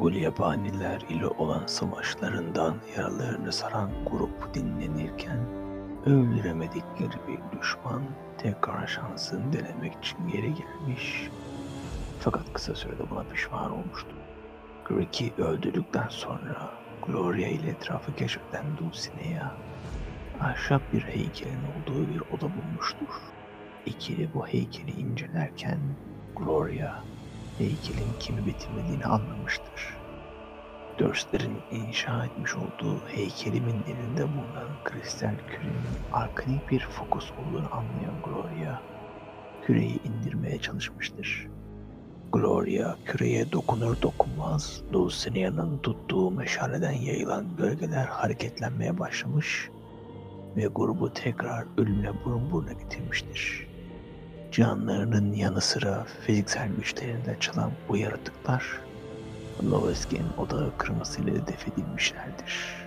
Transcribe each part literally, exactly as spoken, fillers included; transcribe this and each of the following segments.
Gulyabaniler ile olan savaşlarından yaralarını saran grup dinlenirken öldüremedikleri bir düşman tekrar şansını denemek için geri gelmiş. Fakat kısa sürede buna pişman olmuştu. Greg'i öldürdükten sonra Gloria ile etrafı keşfeden Dulcinea ahşap bir heykelin olduğu bir oda bulmuştur. İkili bu heykeli incelerken Gloria heykelin kimi bitirmediğini anlamıştır. Durst'lerin inşa etmiş olduğu heykelimin elinde bulunan kristal kürenin arkanik bir fokus olduğunu anlayan Gloria, küreyi indirmeye çalışmıştır. Gloria küreye dokunur dokunmaz Dulcinea'nın tuttuğu meşaleden yayılan gölgeler hareketlenmeye başlamış ve grubu tekrar ölümle burun buruna getirmiştir. Canlarının yanı sıra fiziksel güçlerinde çalan bu yaratıklar Loveski'nin odağı kırmasıyla def edilmişlerdir.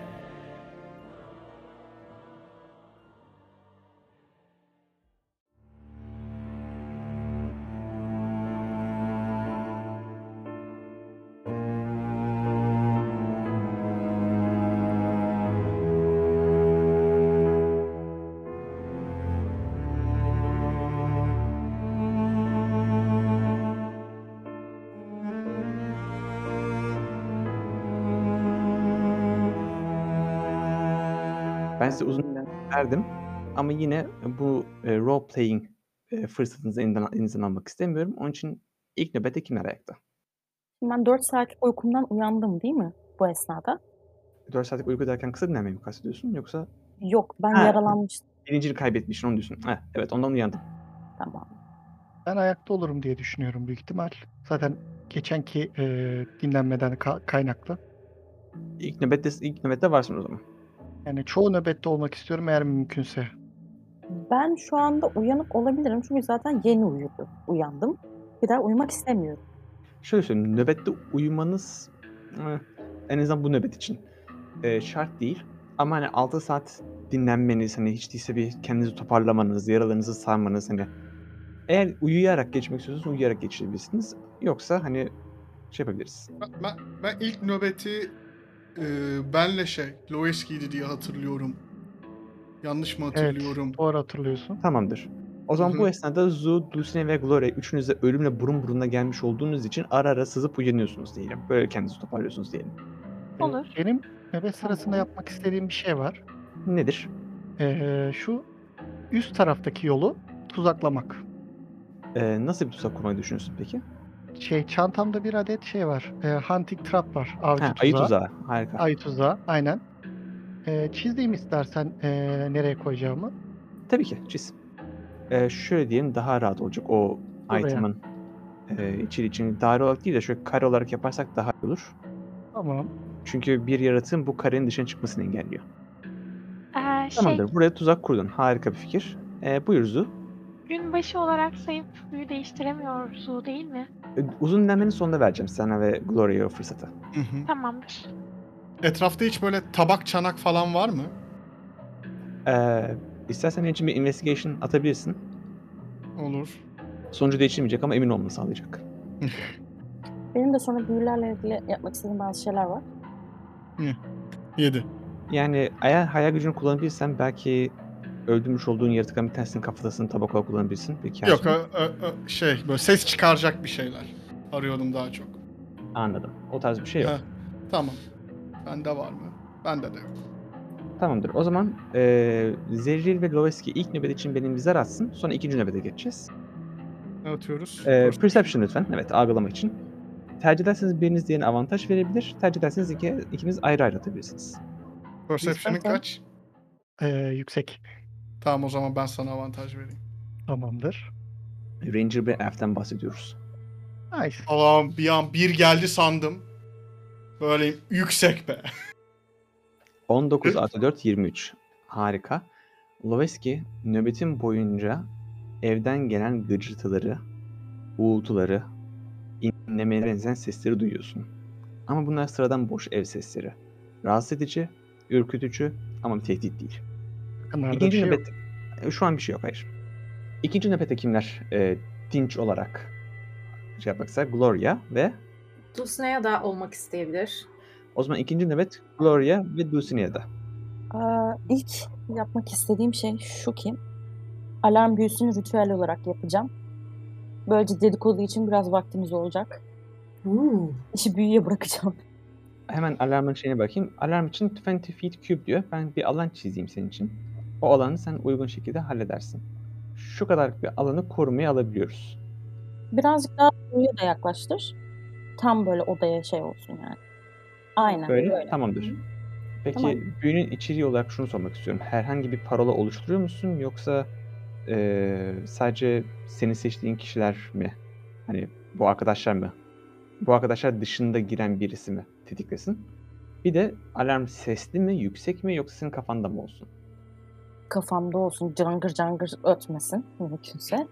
Ben size uzun bir verdim ama yine bu e, role playing e, fırsatınızı elinden, elinizden almak istemiyorum. Onun için ilk nöbette kimler ayakta? Ben dört saatlik uykumdan uyandım değil mi bu esnada? dört saatlik uyku derken kısa dinlenmeyi mi kastediyorsun yoksa? Yok, ben Ha, yaralanmıştım. Bilincini kaybetmişsin onu diyorsun. Ha, evet ondan uyandım. Tamam. Ben ayakta olurum diye düşünüyorum büyük ihtimal. Zaten geçenki e, dinlenmeden ka- kaynaklı. İlk nöbette, ilk nöbette varsın o zaman. Yani çoğu nöbette olmak istiyorum eğer mümkünse. Ben şu anda uyanık olabilirim çünkü zaten yeni uyudum, uyandım. Bir daha uyumak istemiyorum. Şöyle söyleyeyim, nöbette uyumanız eh, en azından bu nöbet için eh, şart değil. Ama hani altı saat dinlenmeniz, hani hiç değilse bir kendinizi toparlamanız, yaralarınızı sarmanız, hani eğer uyuyarak geçmek istiyorsanız uyuyarak geçirebilirsiniz. Yoksa hani şey yapabiliriz. Ben, ben, ben ilk nöbeti e, benle şey, Loeski'ydi diye hatırlıyorum. Yanlış mı hatırlıyorum? Evet, doğru hatırlıyorsun. Tamamdır. O zaman Hı hı. bu esnada Zu, Dulcine ve Gloria üçünüz de ölümle burun buruna gelmiş olduğunuz için ara ara sızıp uyanıyorsunuz diyelim. Böyle kendinizi toparlıyorsunuz diyelim. Olur. Ee, Benim nöbet sırasında Tamam. yapmak istediğim bir şey var. Nedir? Ee, şu üst taraftaki yolu tuzaklamak. Ee, nasıl bir tuzak kurmayı düşünüyorsun peki? Şey Çantamda bir adet şey var. E, hunting trap var. Avcı Ha, tuzağı. ayı tuzağı. Harika. Ayı tuzağı. Aynen. Ee, çizeyim istersen e, nereye koyacağımı. Tabii ki çiz. Ee, şöyle diyelim daha rahat olacak o Buraya. item'ın e, içi için daire olarak değil de şöyle kare olarak yaparsak daha iyi olur. Tamam. Çünkü bir yaratığın bu karenin dışına çıkmasını engelliyor. Ee, şey, Tamamdır. Buraya tuzak kurdun. Harika bir fikir. Ee, buyur Zu. gün başı olarak sayıp büyü değiştiremiyoruz değil mi? Ee, Uzun dinlenmenin sonunda vereceğim sana ve Gloria'ya o fırsatı. Hı hı. Tamamdır. Etrafta hiç böyle tabak, çanak falan var mı? Ee, istersen benim için bir investigation atabilirsin. Olur. Sonucu değiştirmeyecek ama emin olmanı sağlayacak. Benim de sonra büyülerle ilgili yapmak istediğim bazı şeyler var. Yedi. Yani eğer hayal gücünü kullanabilirsen belki öldürmüş olduğun yaratıkların bir tanesinin kafatasını tabak olarak kullanabilirsin. Peki, Yok, ö, ö, ö, şey böyle ses çıkaracak bir şeyler arıyordum daha çok. Anladım. O tarz bir şey yok. Ha, tamam. Bende var mı? Bende de yok. Tamamdır. O zaman eee Zerril ve Loveski ilk nöbet için benim bir zar atsın. Sonra ikinci nöbete geçeceğiz. Ne atıyoruz? Eee, Perception. perception lütfen. Evet, algılama için. Tercih ederseniz biriniz diğerine avantaj verebilir. Tercih ederseniz iki, ikiniz ayrı ayrı atabilirsiniz. Perception'ın İstersen- kaç? Ee, yüksek. Tamam, o zaman ben sana avantaj vereyim. Tamamdır. Ranger bir elf'ten bahsediyoruz. Nice. Allah'ım, bir an bir geldi sandım. Böyle yüksek be. on dokuz artı dört, yirmi üç. Harika. Loveski nöbetin boyunca evden gelen gıcırtıları, uğultuları, inlemeye benzeyen sesleri duyuyorsun. Ama bunlar sıradan boş ev sesleri. Rahatsız edici, ürkütücü ama bir tehdit değil. Yakınlarda İkinci bir şey yok. nöbet... E, Şu an bir şey yok, hayır. İkinci nöbete kimler e, dinç olarak şey yapmaksa Gloria ve Dulcinea da olmak isteyebilir. O zaman ikinci nöbet Gloria ve Dulcinea'da. Aa, ilk yapmak istediğim şey şu ki alarm büyüsünü ritüel olarak yapacağım. Böylece dedikodu için biraz vaktimiz olacak. Uuu. İşi büyüye bırakacağım. Hemen alarmın şeyine bakayım. Alarm için yirmi feet cube diyor. Ben bir alan çizeyim senin için. O alanı sen uygun şekilde halledersin. Şu kadar bir alanı korumaya alabiliyoruz. Birazcık daha büyüye de yaklaştır. Tam böyle odaya şey olsun yani. Aynen Böyle, böyle. tamamdır. Peki Tamam. büyünün içeriği olarak şunu sormak istiyorum. Herhangi bir parola oluşturuyor musun yoksa eee, sadece senin seçtiğin kişiler mi? Hani bu arkadaşlar mı? Bu arkadaşlar dışında giren birisi mi tetiklesin? Bir de alarm sesli mi, yüksek mi yoksa senin kafanda mı olsun? Kafamda olsun, cangır cangır ötmesin mümkünse.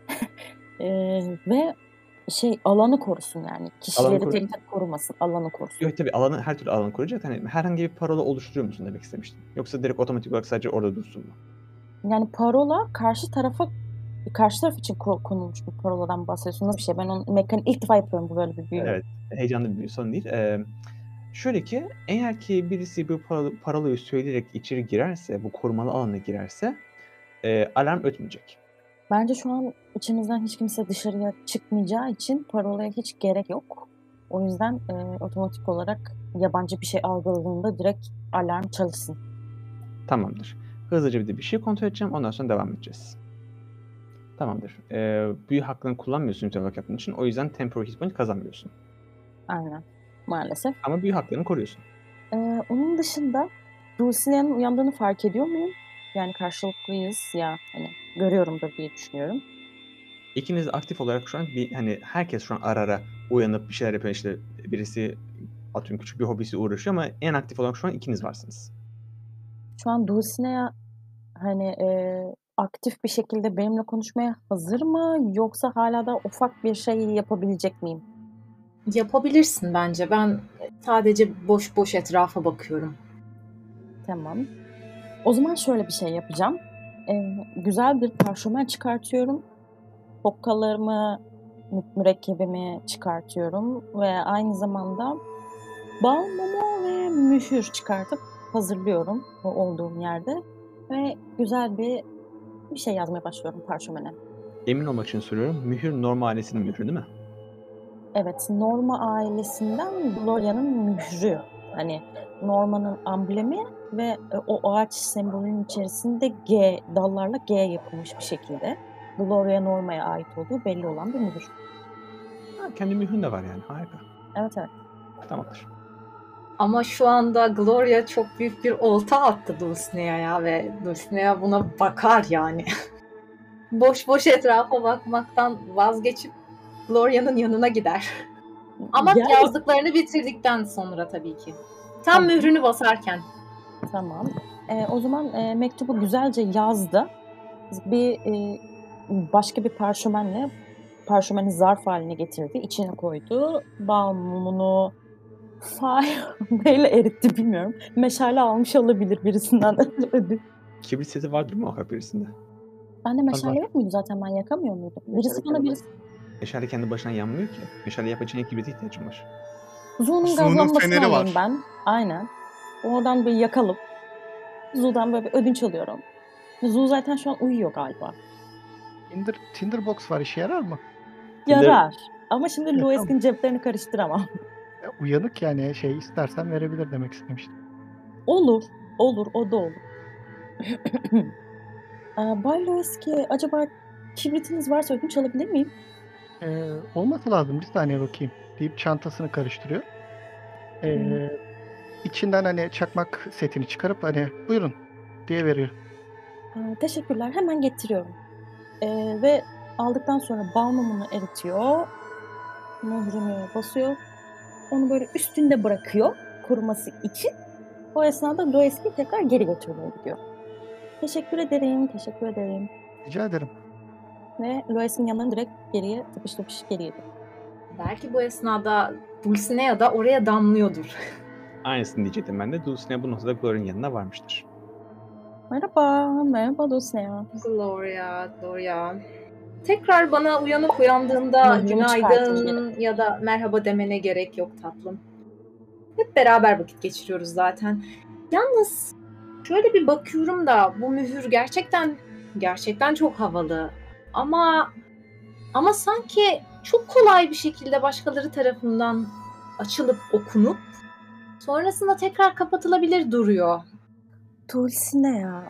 Ee, ve şey alanı korusun yani. Kişileri korusun. tek tek korumasın, alanı korusun. Yok tabii alanı her türlü alanı koruyacak. Hani herhangi bir parola oluşturuyor musun demek istemiştim. Yoksa direkt otomatik olarak sadece orada dursun mu? Yani parola karşı tarafa karşı taraf için ko- konulmuş bir paroladan bahsediyorsun. Nasıl bir şey? Ben onu mekanik ilk defa yapıyorum bu böyle bir büyü. Evet. Heyecanlı bir sorun değil. Ee, şöyle ki eğer ki birisi bu parola, parolayı söyleyerek içeri girerse, bu korumalı alana girerse e, alarm ötmeyecek. Bence şu an içimizden hiç kimse dışarıya çıkmayacağı için parolaya hiç gerek yok. O yüzden e, otomatik olarak yabancı bir şey algıladığında direkt alarm çalışsın. Tamamdır. Hızlıca bir de bir şey kontrol edeceğim. Ondan sonra devam edeceğiz. Tamamdır. Ee, büyü hakkını kullanmıyorsun lütfen olarak yaptığın için. O yüzden temporary hit point kazanmıyorsun. Aynen. Maalesef. Ama büyü haklarını koruyorsun. Ee, onun dışında Dulcinea'nın uyandığını fark ediyor muyum? Yani karşılıklıyız ya hani görüyorumdur diye düşünüyorum. İkiniz de aktif olarak şu an bir hani herkes şu an ara ara uyanıp bir şeyler yapıyor işte birisi atıyorum küçük bir hobisi uğraşıyor ama en aktif olarak şu an ikiniz varsınız. Şu an Dulcinea hani e, aktif bir şekilde benimle konuşmaya hazır mı? Yoksa hala da ufak bir şey yapabilecek miyim? Yapabilirsin bence. Ben sadece boş boş etrafa bakıyorum. Tamam. O zaman şöyle bir şey yapacağım. Ee, güzel bir parşömen çıkartıyorum. Hokkalarımı, mü- mürekkebimi çıkartıyorum. Ve aynı zamanda bal mumu ve mühür çıkartıp hazırlıyorum o olduğum yerde. Ve güzel bir bir şey yazmaya başlıyorum parşömene. Emin olmak için soruyorum. Mühür Norma ailesinin mührü değil mi? Evet, Norma ailesinden Gloria'nın mührü. Hani Norma'nın amblemi ve e, o ağaç sembolünün içerisinde G, dallarla G yapılmış bir şekilde. Gloria Norma'ya ait olduğu belli olan bir mühür. Ha, kendi mührün de var yani. Harika. Evet evet. Tamamdır. Ama şu anda Gloria çok büyük bir olta attı Dulcinea'ya ve Dulcinea buna bakar yani. boş boş etrafa bakmaktan vazgeçip Gloria'nın yanına gider. Ama Yani- yazdıklarını bitirdikten sonra tabii ki. Tam Tamam. mührünü basarken. Tamam. Ee, o zaman e, mektubu güzelce yazdı. Bir e, başka bir parşömenle parşömeni zarf haline getirdi. İçine koydu. Bal mumunu fire neyle eritti bilmiyorum. Meşale almış olabilir birisinden. Kibrit seti vardır muhakkak birisinde. Bende meşale var. yok muydu zaten? Ben yakamıyor muydum? Birisi bana birisi... Meşale kendi başına yanmıyor ki. Meşale yapacağın kibrite ihtiyacın var. Zu'nun Zu'nun gazlanmasını feneri alayım var. ben. Aynen. Oradan bir yakalım. Zu'dan böyle bir ödünç alıyorum. Zu zaten şu an uyuyor galiba. Tinder, Tinderbox var, işe yarar mı? Tinder- Yarar. Ama şimdi Ya, Loes'in ceplerini karıştıramam. Ya, uyanık yani şey istersen verebilir demek istemiştim. Olur. Olur. O da olur. Aa, Bay Loeski, acaba kibritiniz varsa ödünç alabilir miyim? Ee, olması lazım, bir saniye bakayım deyip çantasını karıştırıyor. Ee, içinden hani çakmak setini çıkarıp hani buyurun diye veriyor. Aa, teşekkürler. Hemen getiriyorum. Ee, ve aldıktan sonra bal mumunu eritiyor. Mührünü basıyor. Onu böyle üstünde bırakıyor kuruması için. O esnada Loeski tekrar geri götürmeye gidiyor. Teşekkür ederim, teşekkür ederim. Rica ederim. Ve Loeski'nin yanından direkt geriye tıpış tıpış geri gidiyor. Belki bu esnada Dulcinea da oraya damlıyordur. Aynısını diyecektim ben de. Dulcinea bu noktada Gloria'nın yanına varmıştır. Merhaba, merhaba Dulcinea. Gloria, Gloria. tekrar bana uyanıp uyandığında Mührümü çıkartın günaydın ya da merhaba demene gerek yok tatlım. Hep beraber vakit geçiriyoruz zaten. Yalnız şöyle bir bakıyorum da bu mühür gerçekten gerçekten çok havalı. Ama ama sanki çok kolay bir şekilde başkaları tarafından açılıp okunup sonrasında tekrar kapatılabilir duruyor. Tulsine ya.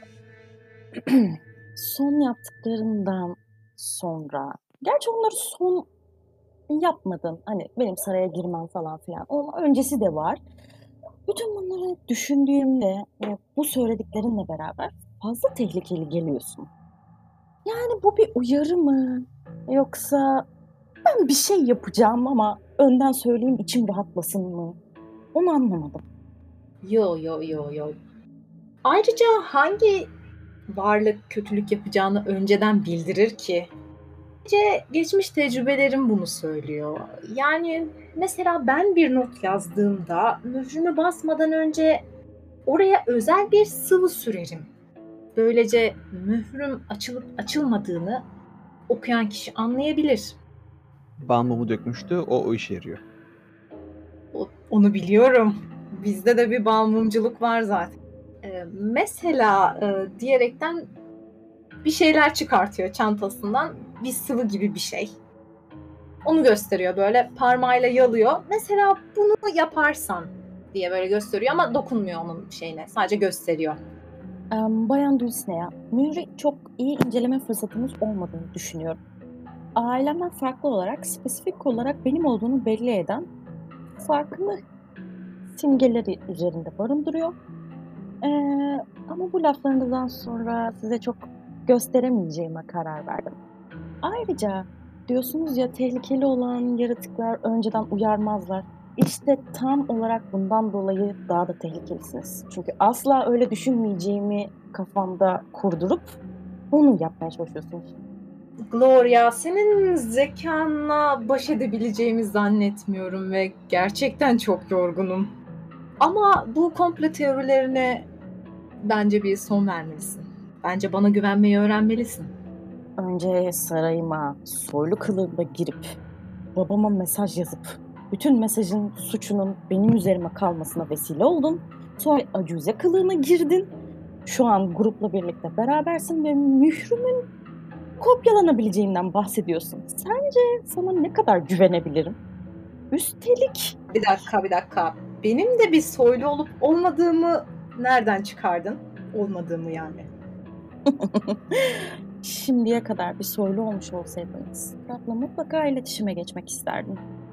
Son yaptıklarından sonra. Gerçi onları son yapmadın. Hani benim saraya girmem falan filan. Ama öncesi de var. Bütün bunları düşündüğümde ve bu söylediklerinle beraber fazla tehlikeli geliyorsun. Yani bu bir uyarı mı? Yoksa ben bir şey yapacağım ama önden söyleyeyim içim rahatlasın mı? Onu anlamadım. Yo yo yo yo. Ayrıca hangi varlık kötülük yapacağını önceden bildirir ki? Bence geçmiş tecrübelerim bunu söylüyor. Yani mesela ben bir not yazdığımda mührümü basmadan önce oraya özel bir sıvı sürerim. Böylece mührüm açılıp açılmadığını okuyan kişi anlayabilir. Bal mumu dökmüştü. O o işe yarıyor. O- Onu biliyorum. Bizde de bir bal mumculuk var zaten. Ee, mesela e, diyerekten bir şeyler çıkartıyor çantasından. Bir sıvı gibi bir şey. Onu gösteriyor böyle parmağıyla yalıyor. Mesela bunu yaparsan diye böyle gösteriyor ama dokunmuyor onun şeyine. Sadece gösteriyor. Em, Bayan Dulcinea, mührü çok iyi inceleme fırsatımız olmadığını düşünüyorum. Ailemden farklı olarak, spesifik olarak benim olduğunu belli eden farklı simgeleri üzerinde barındırıyor. Ee, ama bu laflarınızdan sonra size çok gösteremeyeceğime karar verdim. Ayrıca diyorsunuz ya tehlikeli olan yaratıklar önceden uyarmazlar. İşte tam olarak bundan dolayı daha da tehlikelisiniz. Çünkü asla öyle düşünmeyeceğimi kafamda kurdurup onu yapmaya çalışıyorsunuz. Gloria, senin zekanla baş edebileceğimi zannetmiyorum ve gerçekten çok yorgunum. Ama bu komplo teorilerine bence bir son vermelisin. Bence bana güvenmeyi öğrenmelisin. Önce sarayıma soylu kılığında girip babama mesaj yazıp bütün mesajın suçunun benim üzerime kalmasına vesile oldun. Sonra acuze kılığına girdin. Şu an grupla birlikte berabersin ve mührümün kopyalanabileceğinden bahsediyorsun. Sence sana ne kadar güvenebilirim? Üstelik Bir dakika, bir dakika. Benim de bir soylu olup olmadığımı nereden çıkardın? Olmadığımı yani. şimdiye kadar bir soylu olmuş olsaydınız, Fırat'la mutlaka iletişime geçmek isterdim.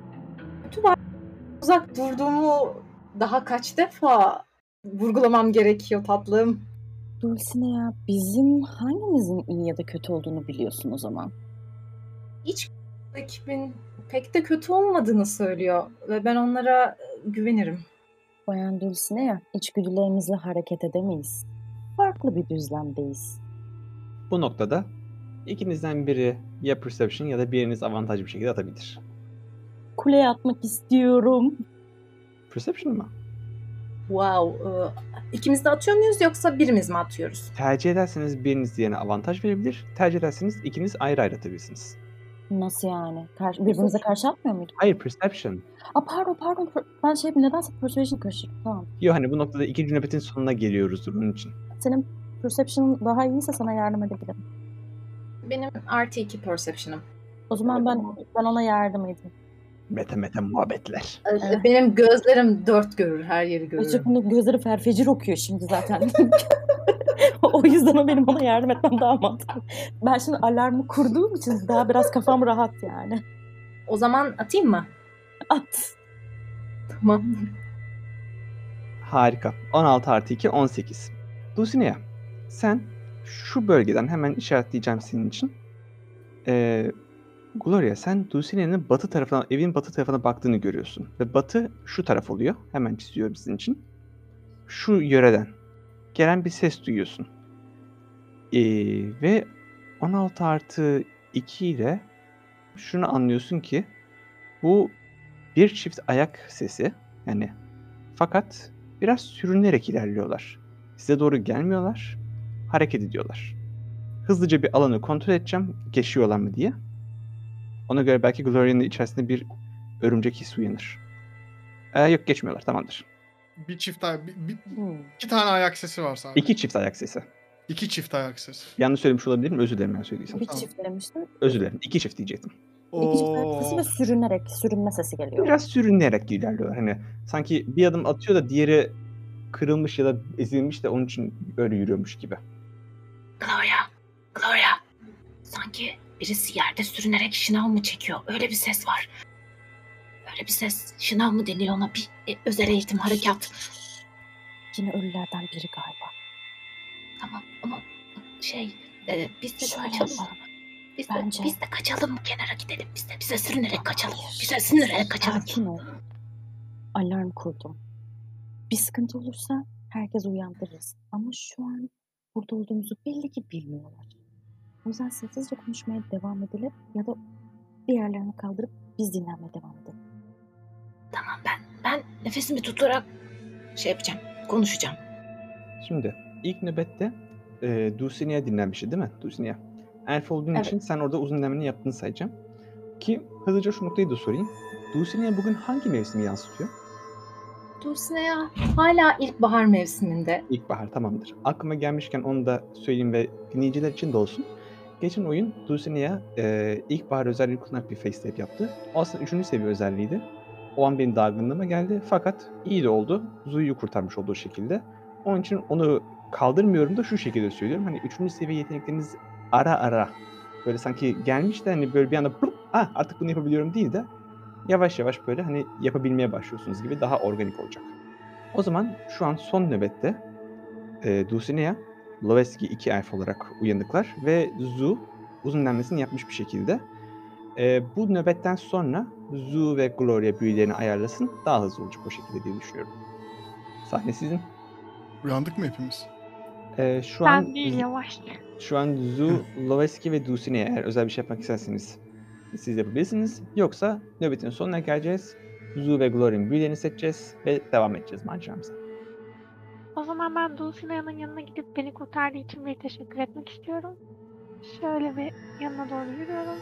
Uzak durduğumu daha kaç defa vurgulamam gerekiyor tatlım. Dulcinea, bizim hangimizin iyi ya da kötü olduğunu biliyorsun o zaman. İç ekibin pek de kötü olmadığını söylüyor ve ben onlara güvenirim. Bayan Dulcinea, içgüdülerimizle hareket edemeyiz. Farklı bir düzlemdeyiz. Bu noktada ikinizden biri ya perception ya da biriniz avantajlı bir şekilde atabilir. Kuleye atmak istiyorum. Perception mı? Wow. e, İkimiz de atıyor muyuz yoksa birimiz mi atıyoruz? Tercih ederseniz biriniz diğerine avantaj verebilir. Tercih ederseniz ikiniz ayrı ayrı atabilirsiniz. Nasıl yani? Kar- birbirimize karşı atmıyor muyduk? Hayır, perception. Aa, pardon pardon. Per- Ben şey nedense persuasion karıştırdım. Tamam. Yo hani bu noktada ikinci nöbetin sonuna geliyoruz bunun için. Senin perception'ın daha iyiyse sana yardım edebilirim. Benim artı iki perception'ım. O zaman ben ben ona yardım edeyim. Mete mete muhabbetler. Evet. Benim gözlerim dört görür, her yeri görür. Gerçekten gözleri ferfecir okuyor şimdi zaten. O yüzden o benim ona yardım etmem daha mantıklı. Ben şimdi alarmı kurduğum için daha biraz kafam rahat yani. O zaman atayım mı? At. Tamam. Harika. on altı artı iki, on sekiz. Dulcinea, sen şu bölgeden hemen işaretleyeceğim senin için. Ee, Gloria, sen Dulcinea'nın batı tarafına, evin batı tarafına baktığını görüyorsun. Ve batı şu taraf oluyor. Hemen çiziyorum sizin için. Şu yöreden gelen bir ses duyuyorsun. Ee, ve on altı artı iki ile şunu anlıyorsun ki bu bir çift ayak sesi. Yani fakat biraz sürünerek ilerliyorlar. Size doğru gelmiyorlar. Hareket ediyorlar. hızlıca bir alanı kontrol edeceğim geçiyorlar mı diye. Ona göre belki Gloria'nın içerisinde bir örümcek hissi uyanır. Ee, yok geçmiyorlar, tamamdır. Bir çift ayak, bir, bir- Hmm. iki tane ayak sesi var sadece. İki çift ayak sesi. İki çift ayak sesi. Yanlış söylemiş olabilirim, özür dilerim ben söylediysem. Bir Tamam. çift demiştim. Özür dilerim, iki çift diyecektim. İki çift ayak sesi Oo. ve sürünerek, sürünme sesi geliyor. Biraz sürünerek ilerliyorlar. Hani sanki bir adım atıyor da diğeri kırılmış ya da ezilmiş de onun için öyle yürüyormuş gibi. Gloria, Gloria. Sanki birisi yerde sürünerek şınav mı çekiyor? Öyle bir ses var. Öyle bir ses. Şınav mı deniyor ona? Bir e, özel eğitim harekat. Yine ölülerden biri galiba. Tamam ama şey e, biz de Şöyle kaçalım. yapalım. Biz de, Bence- biz de kaçalım kenara gidelim. Biz de bize sürünerek Tamam, kaçalım. hayır. Bize sürünerek kaçalım. Sakin ol. Alarm kurdum. Bir sıkıntı olursa herkes uyandırırız. Ama şu an burada olduğumuzu belli ki bilmiyorlar. O yüzden sessizce konuşmaya devam edelim ya da bir yerlerine kaldırıp biz dinlenmeye devam edelim. Tamam ben ben nefesimi tutarak şey yapacağım. Konuşacağım. Şimdi ilk nöbette e, Dulcinea dinlenmişti değil mi? Dulcinea. Elf olduğun Evet. için sen orada uzun dinlenmeni yaptığını sayacağım. Ki hızlıca şu noktayı da sorayım. Dulcinea bugün hangi mevsimi yansıtıyor? Dulcinea hala ilkbahar mevsiminde. İlkbahar, tamamdır. Aklıma gelmişken onu da söyleyeyim ve dinleyiciler için de olsun. Geçen oyun Dulcinea e, ilkbahar özelliği kullanarak bir facetap yaptı. O aslında üçüncü seviye özelliğiydi. O an benim dargınlığıma geldi. Fakat iyi de oldu. Zui'yi kurtarmış olduğu şekilde. Onun için onu kaldırmıyorum da şu şekilde söylüyorum. Hani üçüncü seviye yetenekleriniz ara ara böyle sanki gelmiş de hani böyle bir anda plup, ah, artık bunu yapabiliyorum değil de yavaş yavaş böyle hani yapabilmeye başlıyorsunuz gibi daha organik olacak. O zaman şu an son nöbette e, Dulcinea, Loveski iki elf olarak uyanıklar ve Zu uzun dinlenmesini yapmış bir şekilde. E, bu nöbetten sonra Zu ve Gloria büyülerini ayarlasın. Daha hızlı olacak o şekilde diye düşünüyorum. Sahne sizin. Uyandık mı hepimiz? E, şu an Ben değil yavaş. şu an Zu, Loveski ve Dulcinea eğer özel bir şey yapmak isterseniz siz yapabilirsiniz. Yoksa nöbetin sonuna geleceğiz. Zu ve Gloria'nın büyülerini seçeceğiz ve devam edeceğiz maceramıza. O zaman ben Dulcinea'nın yanına gidip beni kurtardığı için bir teşekkür etmek istiyorum. Şöyle bir yanına doğru yürüyorum.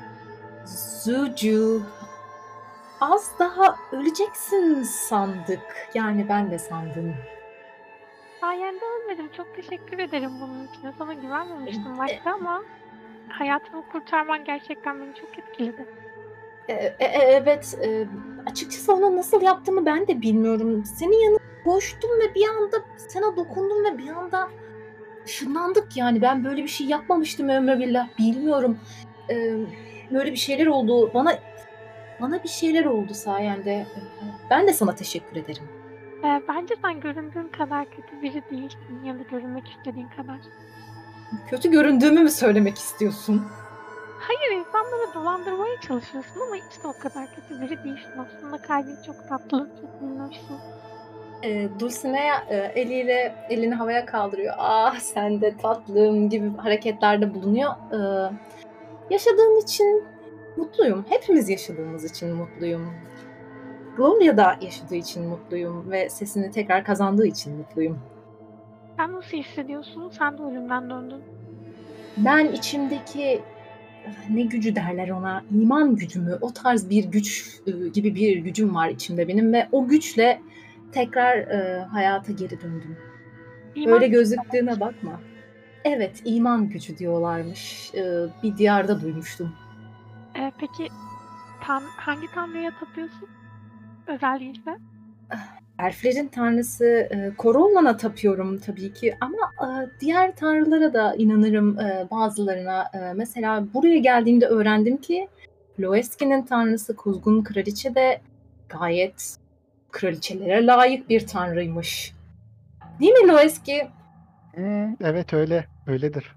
Zucu. Az daha öleceksin sandık. Yani ben de sandım. Sayende ölmedim. Çok teşekkür ederim bunun için. Sana güvenmemiştim başta ama hayatımı kurtarman gerçekten beni çok etkiledi. E, e, e, evet. e, açıkçası onu nasıl yaptığımı ben de bilmiyorum. Senin yanına koştum ve bir anda sana dokundum ve bir anda ışınlandık yani. Ben böyle bir şey yapmamıştım ömrü billah. Bilmiyorum. E, böyle bir şeyler oldu. Bana bana bir şeyler oldu sayende. Ben de sana teşekkür ederim. Ee, bence sen göründüğün kadar kötü biri değilsin ya da görünmek istediğin kadar. Kötü göründüğümü mü söylemek istiyorsun? Hayır, insanları dolandırmaya çalışıyorsun ama hiç de o kadar kötü biri değilsin. Aslında kalbin çok tatlı, çok minnoşsun. E, Dulcinea e, eliyle elini havaya kaldırıyor. Ah sen de tatlım gibi hareketlerde bulunuyor. E, yaşadığın için mutluyum. Hepimiz yaşadığımız için mutluyum. Gloria da yaşadığı için mutluyum ve sesini tekrar kazandığı için mutluyum. Sen nasıl hissediyorsun? Sen de ölümden döndün. Ben içimdeki ne gücü derler ona, iman gücü mü? O tarz bir güç e, gibi bir gücüm var içimde benim ve o güçle tekrar e, hayata geri döndüm. İman Öyle gözüktüğüne bakma. Evet, iman gücü diyorlarmış. Ee, bir diyarda duymuştum. Ee, peki tan hangi tanrıya tapıyorsun? Özel değilse. Elflerin tanrısı e, Corollan'a tapıyorum tabii ki ama e, diğer tanrılara da inanırım e, bazılarına. E, mesela buraya geldiğimde öğrendim ki Loeski'nin tanrısı Kuzgun Kraliçe de gayet kraliçelere layık bir tanrıymış. Değil mi Loeski? Hmm, evet öyle. Öyledir.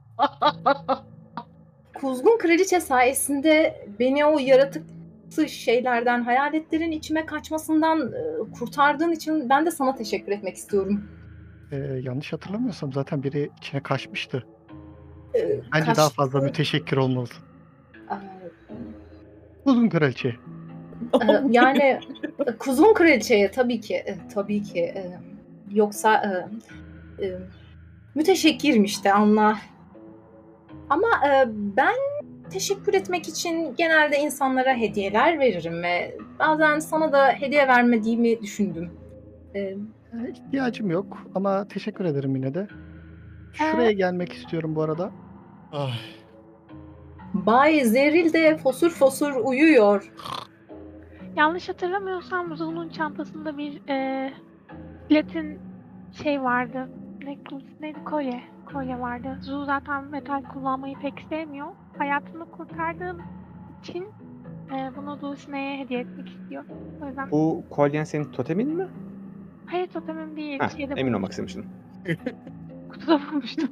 Kuzgun Kraliçe sayesinde beni o yaratıksı şeylerden, hayaletlerin içime kaçmasından e, kurtardığın için ben de sana teşekkür etmek istiyorum. Ee, yanlış hatırlamıyorsam zaten biri içine kaçmıştı. E, Bence kaç- daha fazla müteşekkir olmalısın. Aa, Uzun kraliçe. e, yani e, Kuzgun Kraliçe'ye tabii ki, e, tabii ki. e, yoksa e, e, müteşekkirmiş de anla. Ama e, ben teşekkür etmek için genelde insanlara hediyeler veririm ve bazen sana da hediye vermediğimi düşündüm. E, E, İhtiyacım yok ama teşekkür ederim yine de. Şuraya gelmek istiyorum bu arada. Ay. Bay Zerril de fosur fosur uyuyor. Yanlış hatırlamıyorsam Zu'nun çantasında bir e, platin şey vardı. Necklace neydi? Kolye. Kolye vardı. Zu zaten metal kullanmayı pek sevmiyor. Hayatını kurtardığın için e, bunu Dulcine'ye hediye etmek istiyor. O yüzden Bu kolyen senin totemin mi? hayır totemim değil. Ha, Şeyde emin olmak bulmuştum. istemiştim. Kutuda bulmuştum.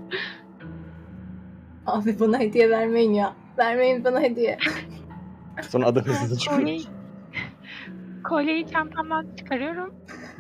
Abi bana hediye vermeyin ya. Vermeyin bana hediye. Sonra adı hızlı çıkıyor. Kolyeyi, kolyeyi çantamdan çıkarıyorum.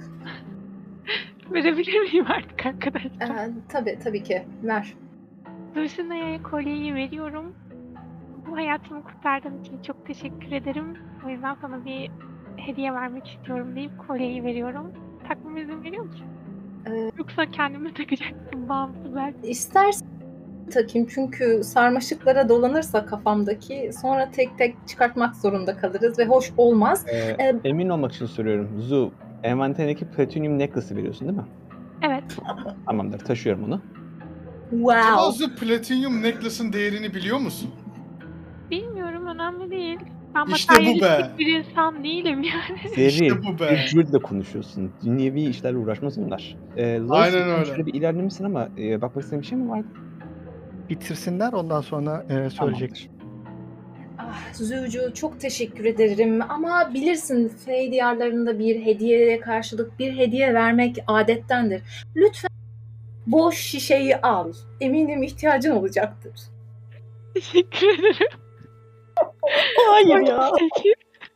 Verebilir miyim artık arkadaşlar? Ee, tabii tabii ki. Ver. Dulcine'ye kolyeyi veriyorum. Bu hayatımı kurtardığın için çok teşekkür ederim. O yüzden sana bir hediye vermek istiyorum deyip kolyeyi veriyorum. Takmama izin veriyor musun? Ee, Yoksa kendime takacaktım bağımsız belki. İstersen takayım çünkü sarmaşıklara dolanırsa kafamdaki sonra tek tek çıkartmak zorunda kalırız ve hoş olmaz. Ee, Ee, emin olmak için soruyorum. Zu, envanterindeki platinum necklace'ı veriyorsun değil mi? Evet. Tamamdır, taşıyorum onu. Acaba Wow. Zu Platinum Necklace'ın değerini biliyor musun? Bilmiyorum, önemli değil. Ben İşte bu be. materyalistik bir insan değilim yani. Zerrin, İşte bu be. Jude'le konuşuyorsun. Dünyevi işlerle uğraşmaz onlar. Ee, Lois, Aynen sen öyle. şöyle bir ilerlemişsin ama e, bakmak istediğin bir şey mi vardı? Bitirsinler ondan sonra e, söyleyecek. Tamamdır. Ah, Zucu çok teşekkür ederim ama bilirsin Fey diyarlarında bir hediyeye karşılık bir hediye vermek adettendir. Lütfen boş şişeyi al. Eminim ihtiyacın olacaktır. Teşekkür ederim. Hayır ya. Teşekkür.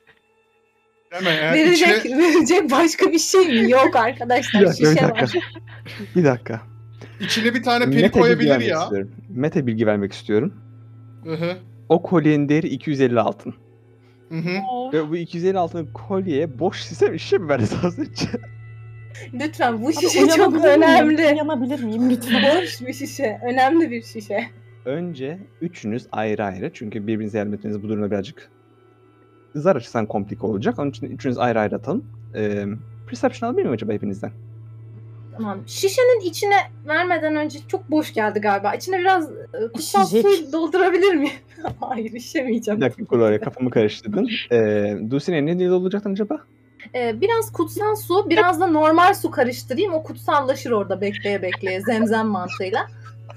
Deme eğer Verecek, içine, verecek başka bir şey mi? Yok arkadaşlar Bir dakika, bir şişe dakika. var. Bir dakika. içine bir tane peri Mete bilgi koyabilir vermek ya. istiyorum. Mete bilgi vermek istiyorum. Hı hı. O kolyenin değeri iki yüz elli altın. Hı hı. Of. Ve bu iki yüz elli altın kolyeye boş şişe bir şey mi verdi az önce? Lütfen bu Abi, şişe çok uyanabilir miyim? önemli. Uyanabilir miyim lütfen? Boş bir şişe. Önemli bir şişe. Önce üçünüz ayrı ayrı çünkü birbirinize yardım etmeniz bu durumda birazcık zar açısından komplike olacak. Onun için üçünüz ayrı ayrı atalım. Ee, Perception alabilir miyim acaba hepinizden? Tamam. Şişenin içine vermeden önce çok boş geldi galiba. İçine biraz e, kutsal İçecek. su doldurabilir miyim? Hayır, işemeyeceğim. Bir dakika Gloria, kafamı karıştırdın. Ee, Dulcine'ye ne diye olacaktın acaba? Ee, biraz kutsal su, biraz da normal su karıştırayım. O kutsallaşır orada bekleye bekleye zemzem mantığıyla.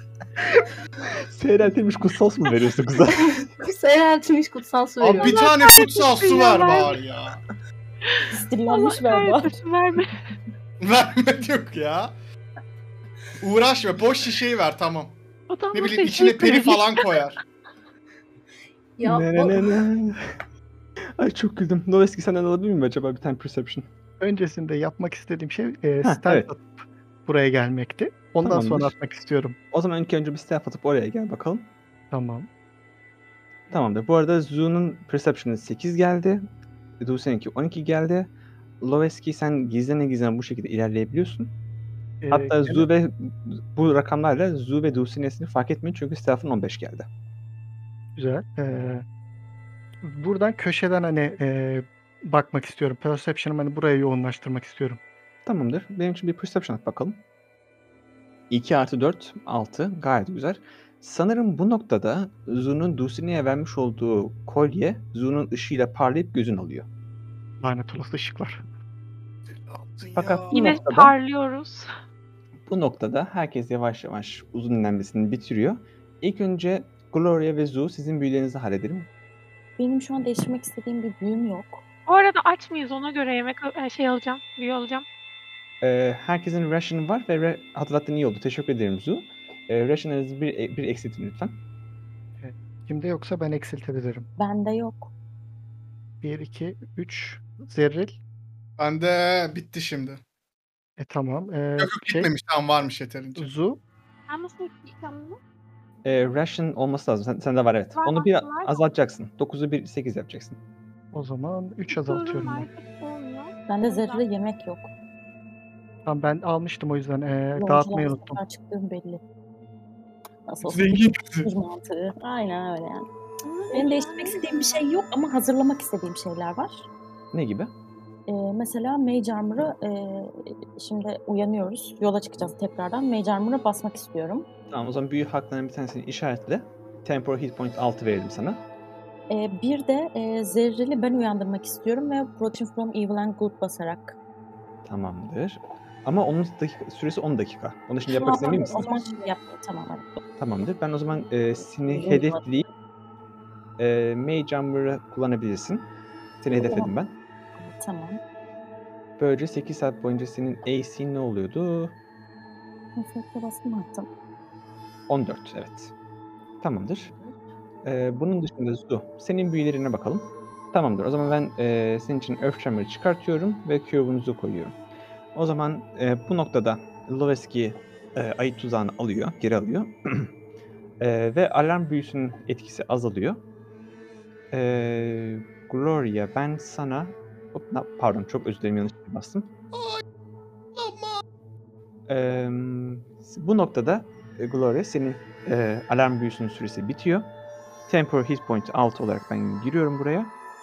Seyreltilmiş kutsal su mu veriyorsun kıza? Seyreltilmiş kutsal su Abi veriyorum. bir tane kutsal su ver bari ya. Stillenmiş Allah ver bari. kahretsin, verme. Vermek yok ya. Uğraşma, boş şişeyi ver tamam. Adam Ne nasıl bileyim içine teşekkür peri edecek? falan koyar. Ya ne, o- ne, ne, ne. Ay çok güldüm. Noveski senden alabilir miyim acaba bir tane Perception? Öncesinde yapmak istediğim şey e, Ha, stand evet. atıp buraya gelmekti. Ondan Tamamdır. sonra atmak istiyorum. O zaman ilk önce bir staff atıp oraya gel bakalım. Tamam. Tamamdır. Bu arada Zu'nun Perception'ı sekiz geldi. Dulcine'inki on iki geldi. Loveski sen gizlene gizlene bu şekilde ilerleyebiliyorsun. E, Hatta gene- Zu ve bu rakamlarla Zu ve Dulcine'sini fark etmeyin çünkü staff'ın on beş geldi. Güzel. Ee, buradan köşeden hani e, bakmak istiyorum. Perception'ımı hani buraya yoğunlaştırmak istiyorum. Tamamdır. Benim için bir Perception at bakalım. iki artı dört, altı. Gayet güzel. Sanırım bu noktada Zu'nun Dulcine'ye vermiş olduğu kolye Zu'nun ışığıyla parlayıp gözün alıyor. Lanet olası ışıklar. Fakat Ya. bu Yine noktada, parlıyoruz. bu noktada herkes yavaş yavaş uzun dinlenmesini bitiriyor. İlk önce Gloria ve Zu sizin büyülerinizi halledelim. Benim şu an değiştirmek istediğim bir büyüm yok. Bu arada aç mıyız, ona göre yemek e, şey alacağım, büyü alacağım. Ee, herkesin ration'ı var ve re- hatırlattığın iyi oldu. Teşekkür ederim Zu. Ee, ration'ınızı bir, bir eksiltin lütfen. Kimde yoksa ben eksiltebilirim. Bende yok. bir, iki, üç. Zerril. Bende bitti şimdi. E tamam. Ee, Yok yok şey, bitmemiş tamam varmış yeterince. Zu. Ben nasıl yapacağım bunu? Ee, ration olması lazım. Sen, sende var evet. Var, Onu bir var. azaltacaksın. dokuzu bir, sekiz yapacaksın. O zaman üç Sorun azaltıyorum var, ben. hiç olmuyor. Bende zerre yemek yok. Tamam ben almıştım o yüzden. E, Yolculuğa dağıtmayı unuttum. sefer çıktığım belli. Nasıl olsa Zengin bir kızı. mantığı. Aynen öyle yani. Benim değiştirmek istediğim bir şey yok ama hazırlamak istediğim şeyler var. Ne gibi? Ee, mesela Mage Armor'ı e, şimdi uyanıyoruz. Yola çıkacağız tekrardan. Mage Armor'a basmak istiyorum. Tamam, o zaman büyü haklarının bir tanesini işaretle. Temporary hit point altı verelim sana. Ee, bir de e, Zerril'i ben uyandırmak istiyorum ve Protection from Evil and Good basarak. Tamamdır. Ama onun dakika, süresi on dakika. Onu şimdi yapmak Tamam, ister o misin? zaman şimdi yapmayayım. Tamam hadi. Tamamdır. Ben o zaman e, seni Uzun hedefleyip e, Mage Armor'ı kullanabilirsin. Seni hedefledim ben. Tamam. Böylece sekiz saat boyunca senin A C'in ne oluyordu? Efekte bastım attım. on dört, evet. Tamamdır. Ee, bunun dışında Zu, senin büyülerine bakalım. Tamamdır. O zaman ben e, senin için Earth Tremor'ı çıkartıyorum ve Cube'unuzu koyuyorum. O zaman e, bu noktada Loveski e, ayı tuzağını alıyor, geri alıyor. e, ve alarm büyüsünün etkisi azalıyor. E, Gloria, ben sana... Hop, na- pardon, çok özür dilerim, yanlış bastım. E, bu noktada e, Gloria, senin e, alarm büyüsünün süresi bitiyor. Temporary hit point altı olarak ben giriyorum buraya.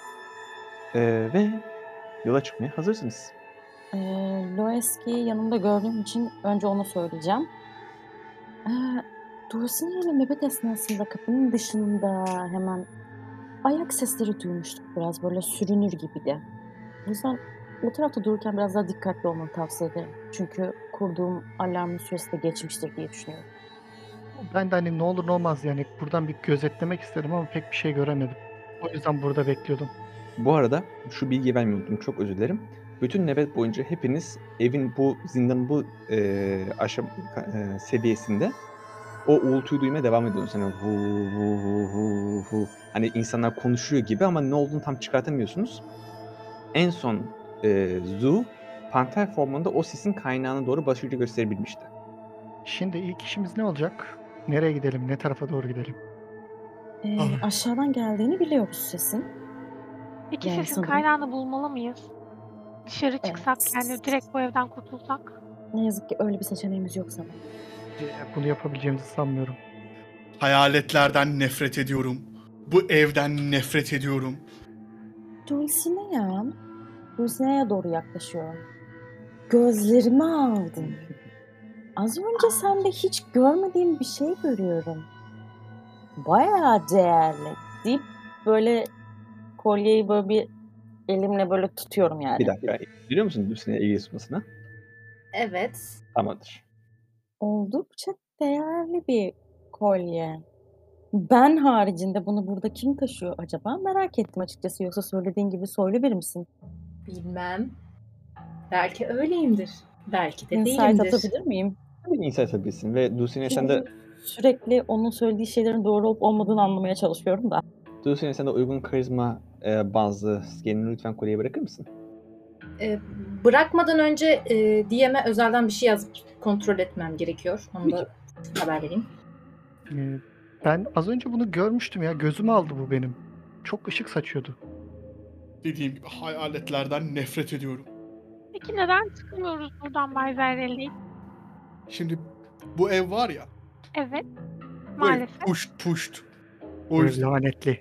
Ee, ve yola çıkmaya hazırsınız. Ee, Loeski'yi yanımda gördüğüm için önce onu söyleyeceğim. Ee, Dulcinea ile nöbet esnasında kapının dışında hemen ayak sesleri duymuştuk. Biraz böyle sürünür gibiydi. O yüzden o tarafta dururken biraz daha dikkatli olmanı tavsiye ederim. Çünkü kurduğum alarmın süresi de geçmiştir diye düşünüyorum. Ben de hani ne olur ne olmaz yani buradan bir gözetlemek istedim ama pek bir şey göremedim. O yüzden burada bekliyordum. Bu arada şu bilgiyi vermeyi unuttum. Çok özür dilerim. Bütün nöbet boyunca hepiniz evin bu zindanın bu e, aşama e, seviyesinde o uğultuyu duymaya devam ediyorsunuz. Hani hu hu hu hu hu. Hani insanlar konuşuyor gibi ama ne olduğunu tam çıkartamıyorsunuz. En son e, Zu panter formunda o sesin kaynağına doğru başucu gösterebilmişti. Şimdi ilk işimiz ne olacak? Nereye gidelim? Ne tarafa doğru gidelim? Ee, Ay. aşağıdan geldiğini biliyoruz sesin. Peki Yani sesin sanırım- kaynağını bulmalı mıyız? Dışarı çıksak Evet. yani direkt bu evden kurtulsak. Ne yazık ki öyle bir seçeneğimiz yok sanırım. Ee, Bunu yapabileceğimizi sanmıyorum. Hayaletlerden nefret ediyorum. Bu evden nefret ediyorum. Dulcinea, Dulcinea'ya doğru yaklaşıyorum. Gözlerimi aldın. Az önce sende hiç görmediğim bir şey görüyorum. Bayağı değerli deyip böyle kolyeyi böyle bir elimle böyle tutuyorum yani. Bir dakika. Biliyor musun Dulcinea'ya ilgi tutmasına? Evet. Tamamdır. Oldukça değerli bir kolye. Ben haricinde bunu burada kim taşıyor acaba? Merak ettim açıkçası. Yoksa söylediğin gibi soylu biri misin? Bilmem. Belki öyleyimdir. Belki de Insight değilimdir. atabilir miyim? Tabii ki insight atabilirsin ve Dulcinea sen de Sürekli onun söylediği şeylerin doğru olup olmadığını anlamaya çalışıyorum da. Dulcinea sen de uygun karizma e, bazlı skenini lütfen kolye bırakır mısın? Ee, bırakmadan önce e, D M'e özelden bir şey yazıp kontrol etmem gerekiyor. Onu da haber vereyim. Ee, Ben az önce bunu görmüştüm ya. Gözümü aldı bu benim. Çok ışık saçıyordu. Dediğim gibi hayaletlerden nefret ediyorum. Peki neden çıkmıyoruz buradan Bay Zerrelli? Şimdi bu ev var ya. Evet. Bu ev Maalesef. puşt puşt. O Böyle yüzden lanetli.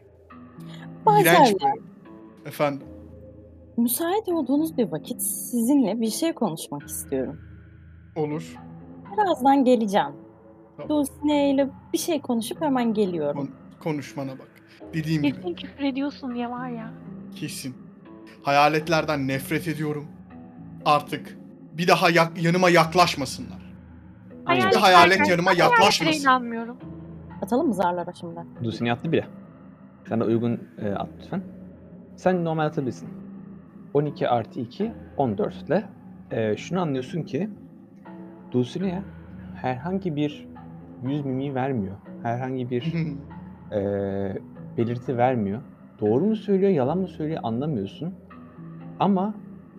Bay iğrenç Zerrelli. bir ev. Efendim. Müsait olduğunuz bir vakit sizinle bir şey konuşmak istiyorum. Olur. Birazdan geleceğim. Tamam. Dulcinea ile bir şey konuşup hemen geliyorum. Kon- konuşmana bak. Dediğim gibi Kesin küfür ediyorsun diye var ya. kesin. Hayaletlerden nefret ediyorum. Artık bir daha yak- yanıma yaklaşmasınlar. Aynen. Bir hayalet derken yanıma hayaletlere yaklaşmasın. inanmıyorum. Atalım mı zarlara şimdi? Dulcinea attı bile. Sen de uygun e, at lütfen. Sen normal atabilirsin. on iki artı iki, on dört ile e, şunu anlıyorsun ki Dulcinea herhangi bir yüz mimiği vermiyor. Herhangi bir e, belirti vermiyor. Doğru mu söylüyor, yalan mı söylüyor anlamıyorsun. Ama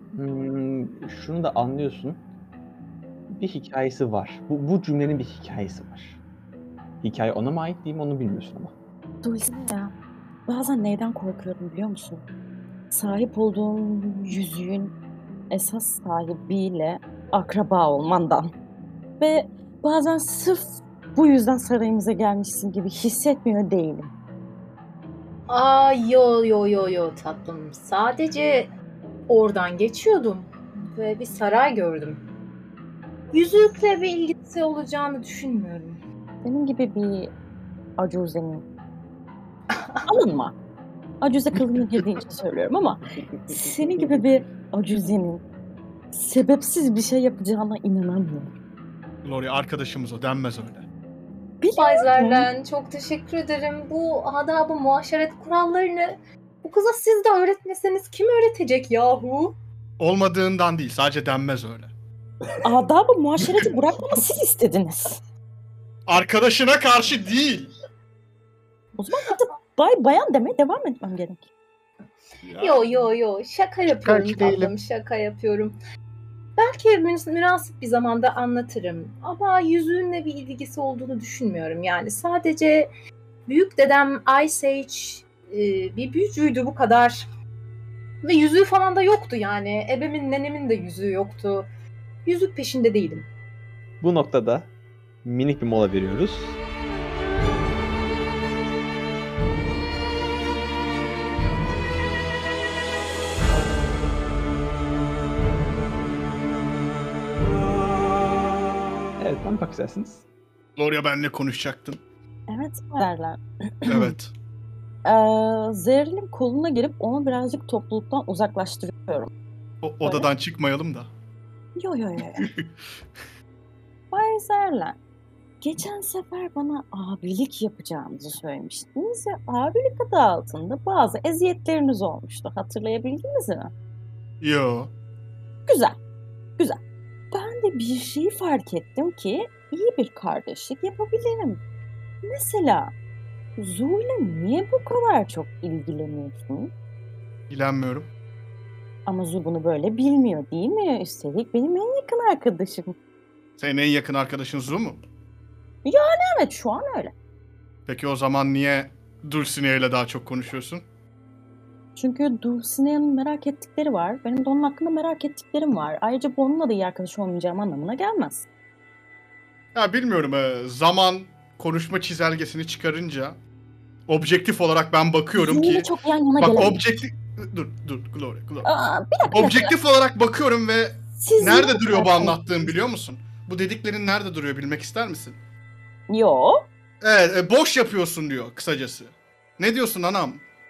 hmm, şunu da anlıyorsun. Bir hikayesi var. Bu, bu cümlenin bir hikayesi var. Hikaye ona mı ait değil mi onu bilmiyorsun ama. Dulcinea, bazen neyden korkuyorum biliyor musun? Sahip olduğum yüzüğün esas sahibiyle akraba olmandan. Ve bazen sırf bu yüzden sarayımıza gelmişsin gibi hissetmiyor değilim. Aa yo yo yo yo tatlım. Sadece oradan geçiyordum ve bir saray gördüm. Yüzükle bir ilgisi olacağını düşünmüyorum. Senin gibi bir acuzenin. Alınma. Acuze kılığına girdiğin için söylüyorum ama senin gibi bir acuzenin sebepsiz bir şey yapacağına inanamıyorum. Gloria arkadaşımız o, denmez öyle. Bay Zerlen çok teşekkür ederim. Bu adab-ı muaşeret kurallarını bu kıza siz de öğretmeseniz kim öğretecek yahu? Olmadığından değil, sadece denmez öyle. Adab-ı muaşereti bırakmamı siz istediniz. Arkadaşına karşı değil. O zaman artık bay bayan demeye devam etmem gerek. Ya. Yo yo yo şaka yapıyorum Şakacı tatlım, değilim. şaka yapıyorum. Belki mü- münasip bir zamanda anlatırım ama yüzüğünle bir ilgisi olduğunu düşünmüyorum. Yani sadece büyük dedem Ice Age e, bir büyücüydü bu kadar. Ve yüzüğü falan da yoktu yani. Ebemin nenemin de yüzüğü yoktu. Yüzük peşinde değilim. Bu noktada minik bir mola veriyoruz. Evet, ne yapmak istersiniz? Gloria benimle konuşacaktın. Evet derler. Evet. Ee, Zehir'in koluna girip onu birazcık topluluktan uzaklaştırıyorum. O, odadan çıkmayalım da. Yo yo yo. Bay Zerlen, geçen sefer bana abilik yapacağınızı söylemiştiniz ve abilik adı altında bazı eziyetleriniz olmuştu. Hatırlayabildiniz mi? Yo. Güzel, güzel. Ben de bir şeyi fark ettim ki iyi bir kardeşlik yapabilirim. Mesela Zu'yla niye bu kadar çok ilgileniyorsun? İlgilenmiyorum. Ama Zu bunu böyle bilmiyor değil mi? Üstelik benim en yakın arkadaşım. Senin en yakın arkadaşın Zu mu? Evet şu an öyle. Peki o zaman niye Dulcinea ile daha çok konuşuyorsun? Çünkü Dulcinea'nın merak ettikleri var. Benim de onun hakkında merak ettiklerim var. Ayrıca bu onunla da iyi arkadaş olmayacağım anlamına gelmez. Ya bilmiyorum. e, Zaman konuşma çizelgesini çıkarınca objektif olarak ben bakıyorum Zu'yla ki çok yan yana bak gelemeyiz. objektif dur dur Gloria Gloria. Aa, bir dakika. Objektif olarak bakıyorum ve Siz nerede ne duruyor bu merak anlattığın biliyor musun? Bu dediklerin nerede duruyor bilmek ister misin? Yo. Evet, e, boş yapıyorsun diyor kısacası. Ne diyorsun anam?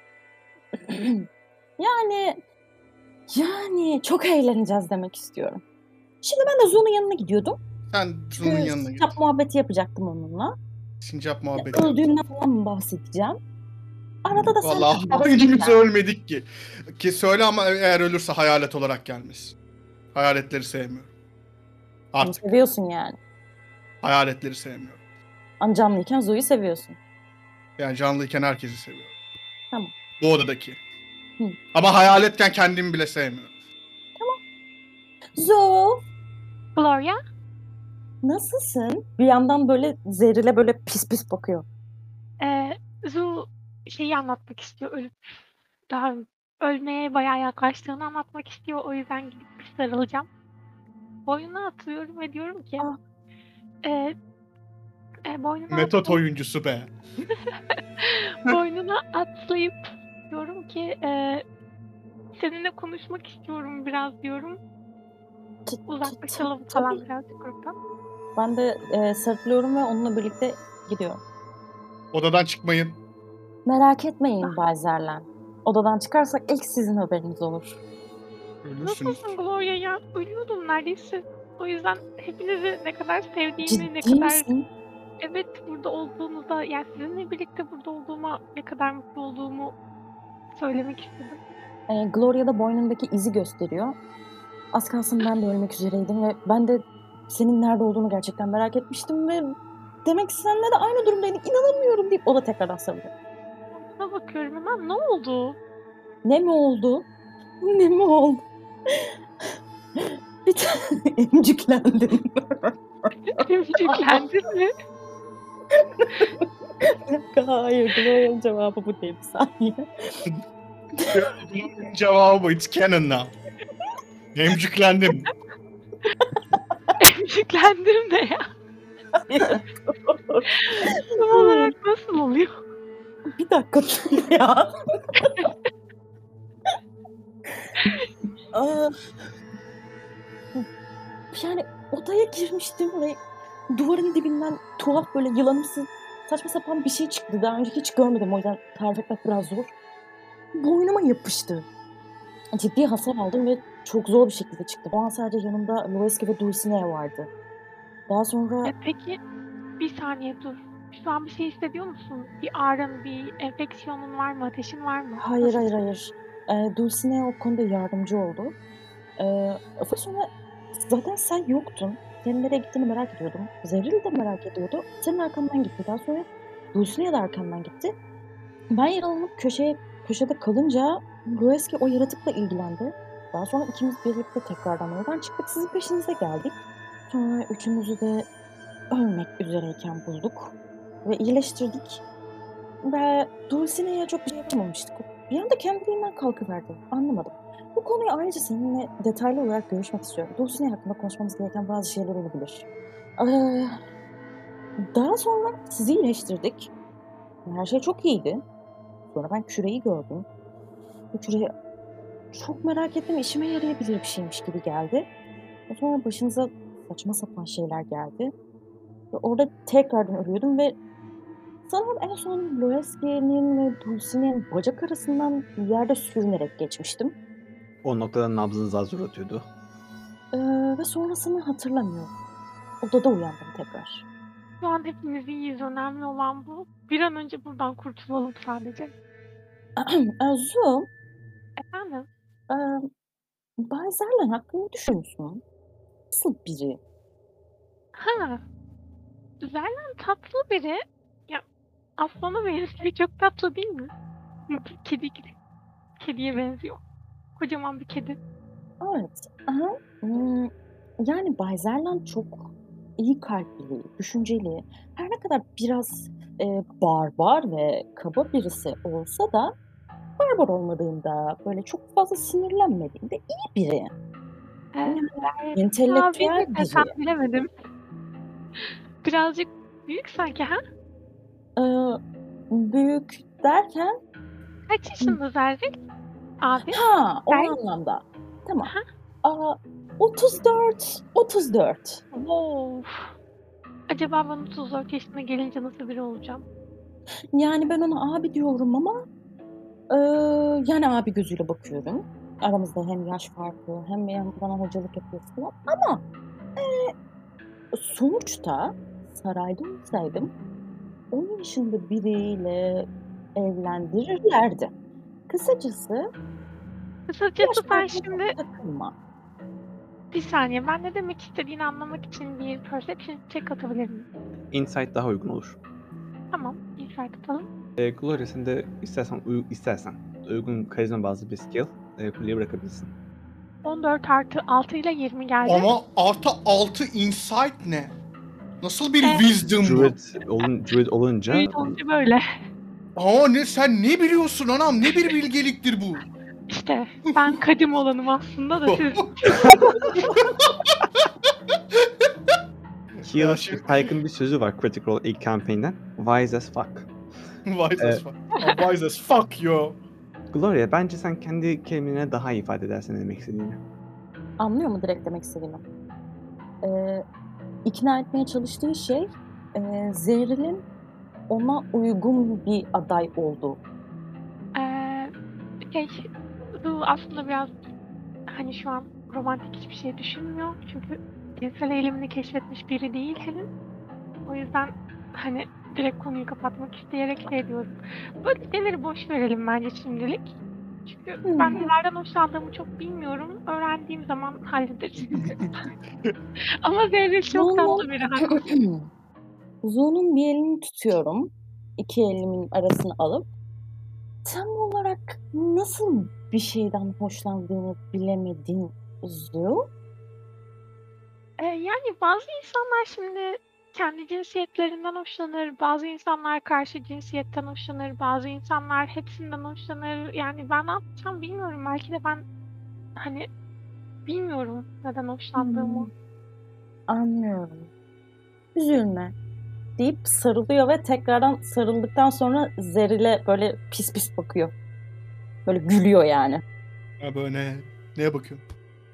yani yani çok eğleneceğiz demek istiyorum. Şimdi ben de Zu'nun yanına gidiyordum. Sen Zu'nun Çünkü yanına git. Sincap muhabbeti yapacaktım onunla. Sincap muhabbeti. Öldüğünden falan bahsedeceğim. Arada da sen Vallahi bahsedeceğim. hangimiz ölmedik ki. Ki söyle ama eğer ölürse hayalet olarak gelmesin. Hayaletleri sevmiyorum. Onu Artık seviyorsun yani. hayaletleri sevmiyorum. Ama canlıyken Zu'yu seviyorsun. Yani canlıyken herkesi seviyorum. Tamam. Bu odadaki. Hı. Ama hayaletken kendimi bile sevmiyorum. Zu, Gloria? nasılsın? Bir yandan böyle Zehril'e böyle pis pis bakıyor. Ee, Zu şeyi anlatmak istiyor. Ölüp daha ölmeye bayağı yaklaştığını anlatmak istiyor. O yüzden gidip bir sarılacağım. Boynuna atıyorum ve diyorum ki Aa. e, e, boynuna Metot attım- oyuncusu be. boynuna atlayıp diyorum ki e, seninle konuşmak istiyorum biraz diyorum. T- t- Uzaklaşalım tabii. falan birazcık gruptan. Ben de e, sarılıyorum ve onunla birlikte gidiyorum. Odadan çıkmayın. Merak etmeyin Bay Zerlen. Odadan çıkarsak ilk sizin haberiniz olur. Ölürsünüz. Nasılsın Gloria ya? Ölüyordum neredeyse. O yüzden hepinizi ne kadar sevdiğimi, ne Ciddi kadar misin? evet burada olduğunuzda, yani sizinle birlikte burada olduğuma ne kadar mutlu olduğumu söylemek istedim. E, Gloria da boynundaki izi gösteriyor. Az kalsın ben de ölmek üzereydim ve ben de senin nerede olduğunu gerçekten merak etmiştim ve demek ki seninle de aynı durumdaydık. İnanamıyorum deyip o da tekrardan sarılıyor. Ona bakıyorum hemen, ne oldu? Ne mi oldu? Ne mi oldu? Bir tane emciklendim. Emciklendin mi? Bir dakika, hayır. Gloria'nın cevabı bu değil. Bir saniye. Cevabı it's canon now. Emciklendim. Emciklendim ne ya? Tam olarak nasıl oluyor? Bir dakika dur ya. Aa, yani odaya girmiştim ve duvarın dibinden tuhaf böyle yılanımsı saçma sapan bir şey çıktı. Daha önce hiç görmedim, o yüzden tarif etmek biraz zor. Boynuma yapıştı. Ciddi hasar aldım ve çok zor bir şekilde çıktı. O an sadece yanımda Loeski ve Dulcinea vardı. Daha sonra E, peki bir saniye dur. Şu an bir şey hissediyor musun? Bir ağrın, bir enfeksiyonun var mı? Ateşin var mı? hayır Nasıl? hayır hayır. Ee, Dulcinea o konuda yardımcı oldu. Ee, fakat sonra zaten sen yoktun. Senin nereye gittiğini merak ediyordum. Zerril de merak ediyordu. Senin arkandan gitti. Daha sonra Dulcinea da arkamdan gitti. Ben yaralanıp köşeye, köşede kalınca Loeski o yaratıkla ilgilendi. Daha sonra ikimiz birlikte tekrardan oradan çıktık. Sizin peşinize geldik. Sonra üçümüzü de ölmek üzereyken bulduk. Ve iyileştirdik. Ve Dulcinea'ya çok bir şey yapamamıştık. Bir anda kendiliğinden kalkıverdi. Anlamadım. Bu konuyu ayrıca seninle detaylı olarak görüşmek istiyorum. Dulcinea hakkında konuşmamız gereken bazı şeyler olabilir. Ee, daha sonra sizi iyileştirdik. Her şey çok iyiydi. Sonra ben küreyi gördüm. Bu küreyi çok merak ettim. İşime yarayabilir bir şeymiş gibi geldi. Sonra başınıza saçma sapan şeyler geldi. Ve orada tekrardan ölüyordum ve sanırım en son Loeski'nin ve Dulcinea'nın bacak arasından bir yerde sürünerek geçmiştim. O noktada nabzını zar zor atıyordu. Ee, ve sonrasını hatırlamıyorum. Odada uyandım tekrar. Şu an hepimiz iyiyiz. Önemli olan bu. Bir an önce buradan kurtulalım sadece. Ee, Zoom, Efendim? e, Bay Zerlen hakkında ne düşünüyorsun? Nasıl biri? Ha. Zerlen tatlı biri. Ya aslana benziyor. Çok tatlı değil mi? Kedi gibi. Kediye benziyor. Kocaman bir kedi. Evet. Aha. Hmm, yani Bay Zerlen çok iyi kalpli, düşünceli. Her ne kadar biraz e, barbar ve kaba birisi olsa da barbar olmadığında, böyle çok fazla sinirlenmediğinde iyi biri. Ee, Yani Abi entelektüel mi desem biri. bilemedim. Birazcık büyük sanki ha? Ee, büyük derken Kaç yaşında Zerrin? Abi? ha o Ben- anlamda. Tamam. Aha. Aa, otuz dört. otuz dört. Of. Acaba ben otuz dört yaşına gelince nasıl biri olacağım? Yani ben ona abi diyorum ama e, yani abi gözüyle bakıyorum. Aramızda hem yaş farkı hem yani bana hocalık yapıyor falan. Ama e, sonuçta sarayda olsaydım on yaşında biriyle evlendirirlerdi. Kısacası Kısacası yaş sen farkına şimdi takılma. bir saniye ben ne demek istediğini anlamak için bir perception check atabilir miyim? Insight daha uygun olur. Tamam, insight atalım. E, Gloria sen de istersen, uy- istersen uygun karizma bazlı bir skill e, kuleye bırakabilirsin. on dört artı altı ile yirmi geldi. Ama artı altı insight ne? Nasıl bir Evet. wisdom bu? Druid, olun, druid olunca Büyük olunca böyle. Aa ne sen ne biliyorsun anam? Ne bir bilgeliktir bu? İşte ben kadim olanım aslında da siz. Heal Ya şimdi- Pike'ın bir sözü var Critical Role ilk campaign'den. Wise as fuck. Wise Ee, as fuck. Aa, Wise as fuck yo. Gloria bence sen kendi kelimelerine daha iyi ifade edersin ne demek istediğini. Anlıyor mu direkt demek istediğimi? Ee, ikna etmeye çalıştığı şey e, Zerrin'in ona uygun bir aday olduğu. Ee, şey, bu aslında biraz hani şu an romantik hiçbir şey düşünmüyor. Çünkü cinsel eğilimini keşfetmiş biri değil henüz. O yüzden hani direkt konuyu kapatmak isteyerek şey diyorum. Böyle şeyleri boş verelim bence şimdilik. Çünkü Hmm. ben nelerden hoşlandığımı çok bilmiyorum. Öğrendiğim zaman hallederiz. Ama Zerrin çok tatlı biri. haklısın. Zo'nun bir elini tutuyorum. İki elimin arasını alıp tam olarak nasıl bir şeyden hoşlandığını bilemedin Zo. Ee, yani bazı insanlar şimdi kendi cinsiyetlerinden hoşlanır, bazı insanlar karşı cinsiyetten hoşlanır, bazı insanlar hepsinden hoşlanır. Yani ben ne yapacağım bilmiyorum. Belki de ben hani bilmiyorum neden hoşlandığımı. Hmm. Anlıyorum. Üzülme deyip sarılıyor ve tekrardan sarıldıktan sonra Zeril'e böyle pis pis bakıyor. Böyle gülüyor yani. Ha böyle neye bakıyorsun?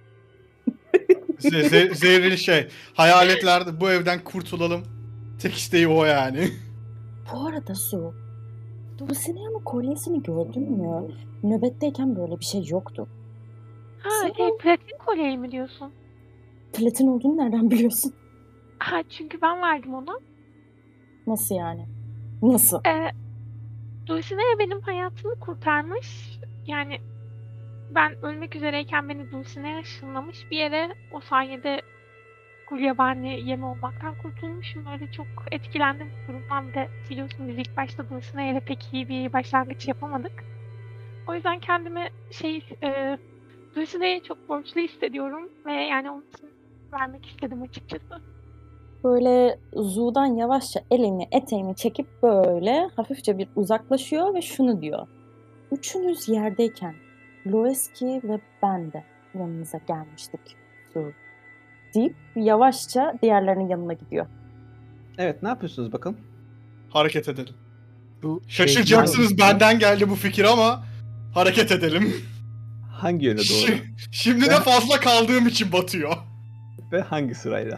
Z- Z- Zerrin şey, hayaletlerde bu evden kurtulalım. Tek isteği o yani. Bu arada Su, Dulcinea'nın kolyesini gördün mü? Nöbetteyken böyle bir şey yoktu. Ha, Sen şey, platin kolyeyi mi diyorsun? platin olduğunu nereden biliyorsun? Ha, çünkü ben verdim ona. Nasıl yani? Nasıl? Ee, Dulcinea benim hayatımı kurtarmış. Yani ben ölmek üzereyken beni Dulcinea ışınlamış bir yere. O sayede gulyabani yemi olmaktan kurtulmuşum. Öyle çok etkilendim bu durumdan. Bir de biliyorsun biz ilk başta Dulcinea ile pek iyi bir başlangıç yapamadık. O yüzden kendimi şey, e, Dulcinea'ya çok borçlu hissediyorum. Ve yani onun için vermek istedim açıkçası. Böyle Zu'dan yavaşça elini eteğini çekip böyle hafifçe bir uzaklaşıyor ve şunu diyor. Üçünüz yerdeyken Loeski ve ben de yanınıza gelmiştik Zu deyip yavaşça diğerlerinin yanına gidiyor. Evet, ne yapıyorsunuz bakalım? Hareket edelim. Bu şey- Şaşıracaksınız, Hangi- benden geldi bu fikir ama hareket edelim. Hangi yöne doğru Şi- Şimdi de Ben- fazla kaldığım için batıyor. ve hangi sırayla?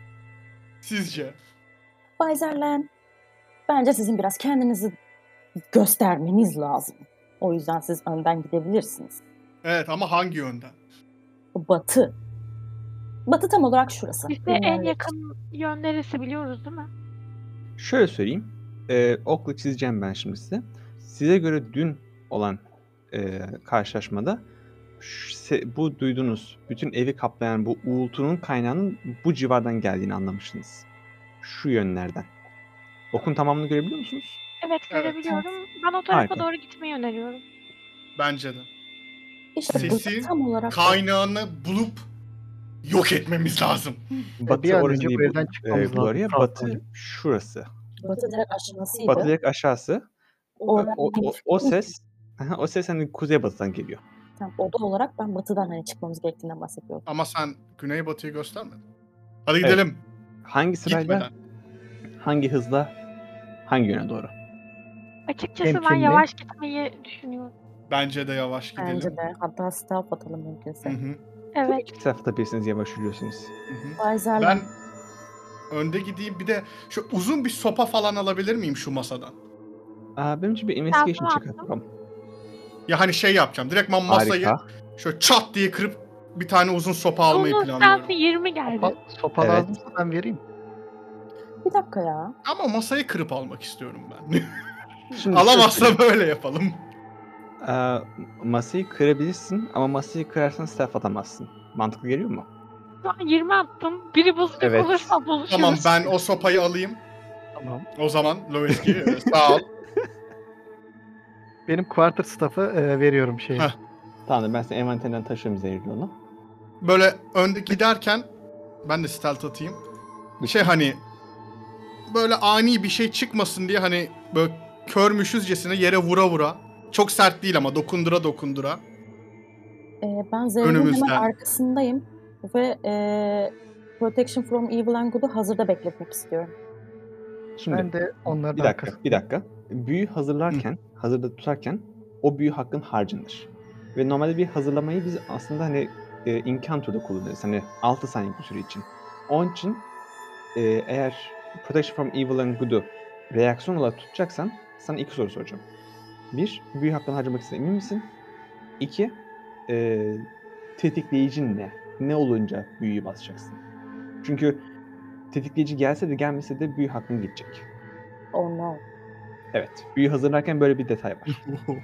Sizce? Bay Zerlen, bence sizin biraz kendinizi göstermeniz lazım. O yüzden siz önden gidebilirsiniz. Evet ama hangi yönden? Batı. Batı tam olarak şurası. Bizde en Dünyanın- yakın yön neresi biliyoruz değil mi? Şöyle söyleyeyim. E, okla çizeceğim ben şimdi size. Size göre dün olan e, karşılaşmada şu se- bu duyduğunuz bütün evi kaplayan bu uğultunun kaynağının bu civardan geldiğini anlamışsınız. Şu yönlerden. Okun tamamını görebiliyor musunuz? Evet, Evet. görebiliyorum. Ben o tarafa Harika. doğru gitmeyi öneriyorum. Bence de. İşte Sesi, Batı tam olarak Kaynağını bulup yok etmemiz lazım. Batı bir an orası önce değil bu bu. evden E, çıkmamız lazım. Gloria. Sağ ol, Batı Gloria. şurası. Batı direkt aşağısıydı. Batı direkt aşağısı. O, Oradan o, o, bir- o ses o ses hani kuzeybatıdan geliyor. Tamam, oda olarak ben batıdan hani çıkmamız gerektiğinden bahsediyorum. Ama sen güneybatıyı göstermedin. Hadi gidelim. Hangi sırayla, Gitmeden. hangi hızla, hangi yöne doğru? Açıkçası ben Temkinli. yavaş gitmeyi düşünüyorum. Bence de yavaş gidelim. Bence de. Hatta stealth atalım mümkünse. Hı hı, Evet. İki tarafta birisiniz, yavaş yürüyorsunuz. hı hı. Bay Zerlen. Ben önde gideyim, bir de şu uzun bir sopa falan alabilir miyim şu masadan? Aa, benim için bir investigation Tamam, check tamam. yapalım. Ya hani şey yapacağım. Direktman masayı Harika. şöyle çat diye kırıp bir tane uzun sopa almayı Onun planlıyorum. stansı yirmi geldi. Sopa, sopa Evet. lazımsa ben vereyim. Bir dakika ya. Ama masayı kırıp almak istiyorum ben. Şimdi Alamazsa böyle yapalım. Aa, masayı kırabilirsin ama masayı kırarsan staff atamazsın. Mantıklı geliyor mu? Şu an yirmi attım. Biri bozacak Evet. olursa buluşuruz. Tamam, ben o sopayı alayım. Tamam. O zaman Loeski e, sağ ol. Benim quarter staff'ı e, veriyorum şeye. Heh. Tamam, ben senin envanterinden taşırım zehirli onu. Böyle önde giderken ben de stealth atayım. Şey hani böyle ani bir şey çıkmasın diye hani böyle körmüşüzcesine yere vura vura. Çok sert değil ama dokundura dokundura. Ee, ben Zerrin'in Önümüzden. hemen arkasındayım. Ve e, Protection from Evil and Good'u hazırda bekletmek istiyorum. Şimdi Ben de onların bir dakika, arkasında. bir dakika. Büyü hazırlarken, hazırda tutarken o büyü hakkın harcanır. Ve normalde bir hazırlamayı biz aslında hani e, Encounter'da kullanırız. Hani altı saniye bir süre için. Onun için e, eğer Protection from Evil and Good'u reaksiyon olarak tutacaksan sana iki soru soracağım. Bir, büyü hakkını harcamak için emin misin? İki, e, tetikleyicin ne? Ne olunca büyüyü basacaksın? Çünkü tetikleyici gelse de gelmese de büyü hakkın gidecek. Oh no. Evet, büyü hazırlarken böyle bir detay var.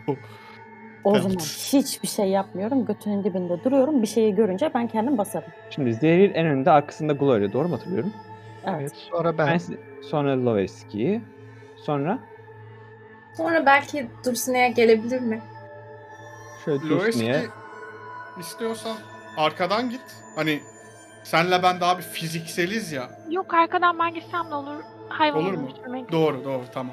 O Evet. zaman hiçbir şey yapmıyorum. Götünün dibinde duruyorum. Bir şeyi görünce ben kendim basarım. Şimdi Zehir en önde, arkasında Gloria. Doğru mu hatırlıyorum? Evet. Evet. Sonra ben. Ben size- sonra Loveski, sonra Sonra belki Dulcinea'ya gelebilir mi? şöyle Dulcinea'ya. Loeski istiyorsan arkadan git. Hani senle ben daha bir fizikseliz ya. Yok, arkadan ben gitsem de olur. Hayvan Olur mu? dönüştürmek. Doğru doğru tamam.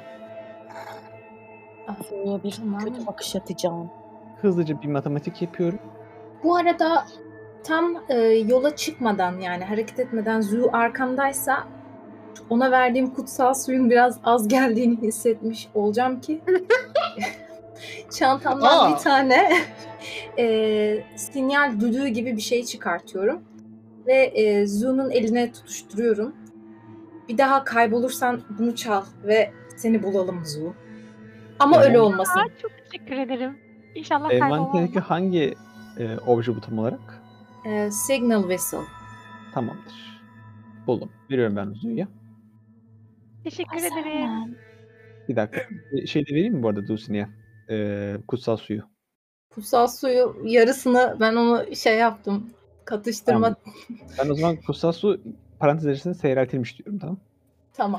Şuraya bir Tamam. kötü bakış atacağım. Hızlıca bir matematik yapıyorum. Bu arada tam e, yola çıkmadan yani hareket etmeden Zu arkamdaysa ona verdiğim kutsal suyun biraz az geldiğini hissetmiş olacağım ki çantamdan Aa! bir tane eee, sinyal düdüğü gibi bir şey çıkartıyorum ve eee, Zu'nun eline tutuşturuyorum. Bir daha kaybolursan bunu çal ve seni bulalım Zu. Ama öyle Evet. olmasın. Aa, çok teşekkür ederim. İnşallah kaybolmam. Envanterindeki hangi e, obje bu tam olarak? Eee, Signal Whistle. Tamamdır. Buldum. Veriyorum ben Zu'ya. Teşekkür ederim. Azarlan. Bir dakika. E, Şey de vereyim mi bu arada Dulcine'ye? E, kutsal suyu. Kutsal suyu yarısını ben onu şey yaptım. Katıştırma. Tamam. Ben o zaman kutsal su parantez içerisinde seyreltilmiş diyorum, tamam. Tamam.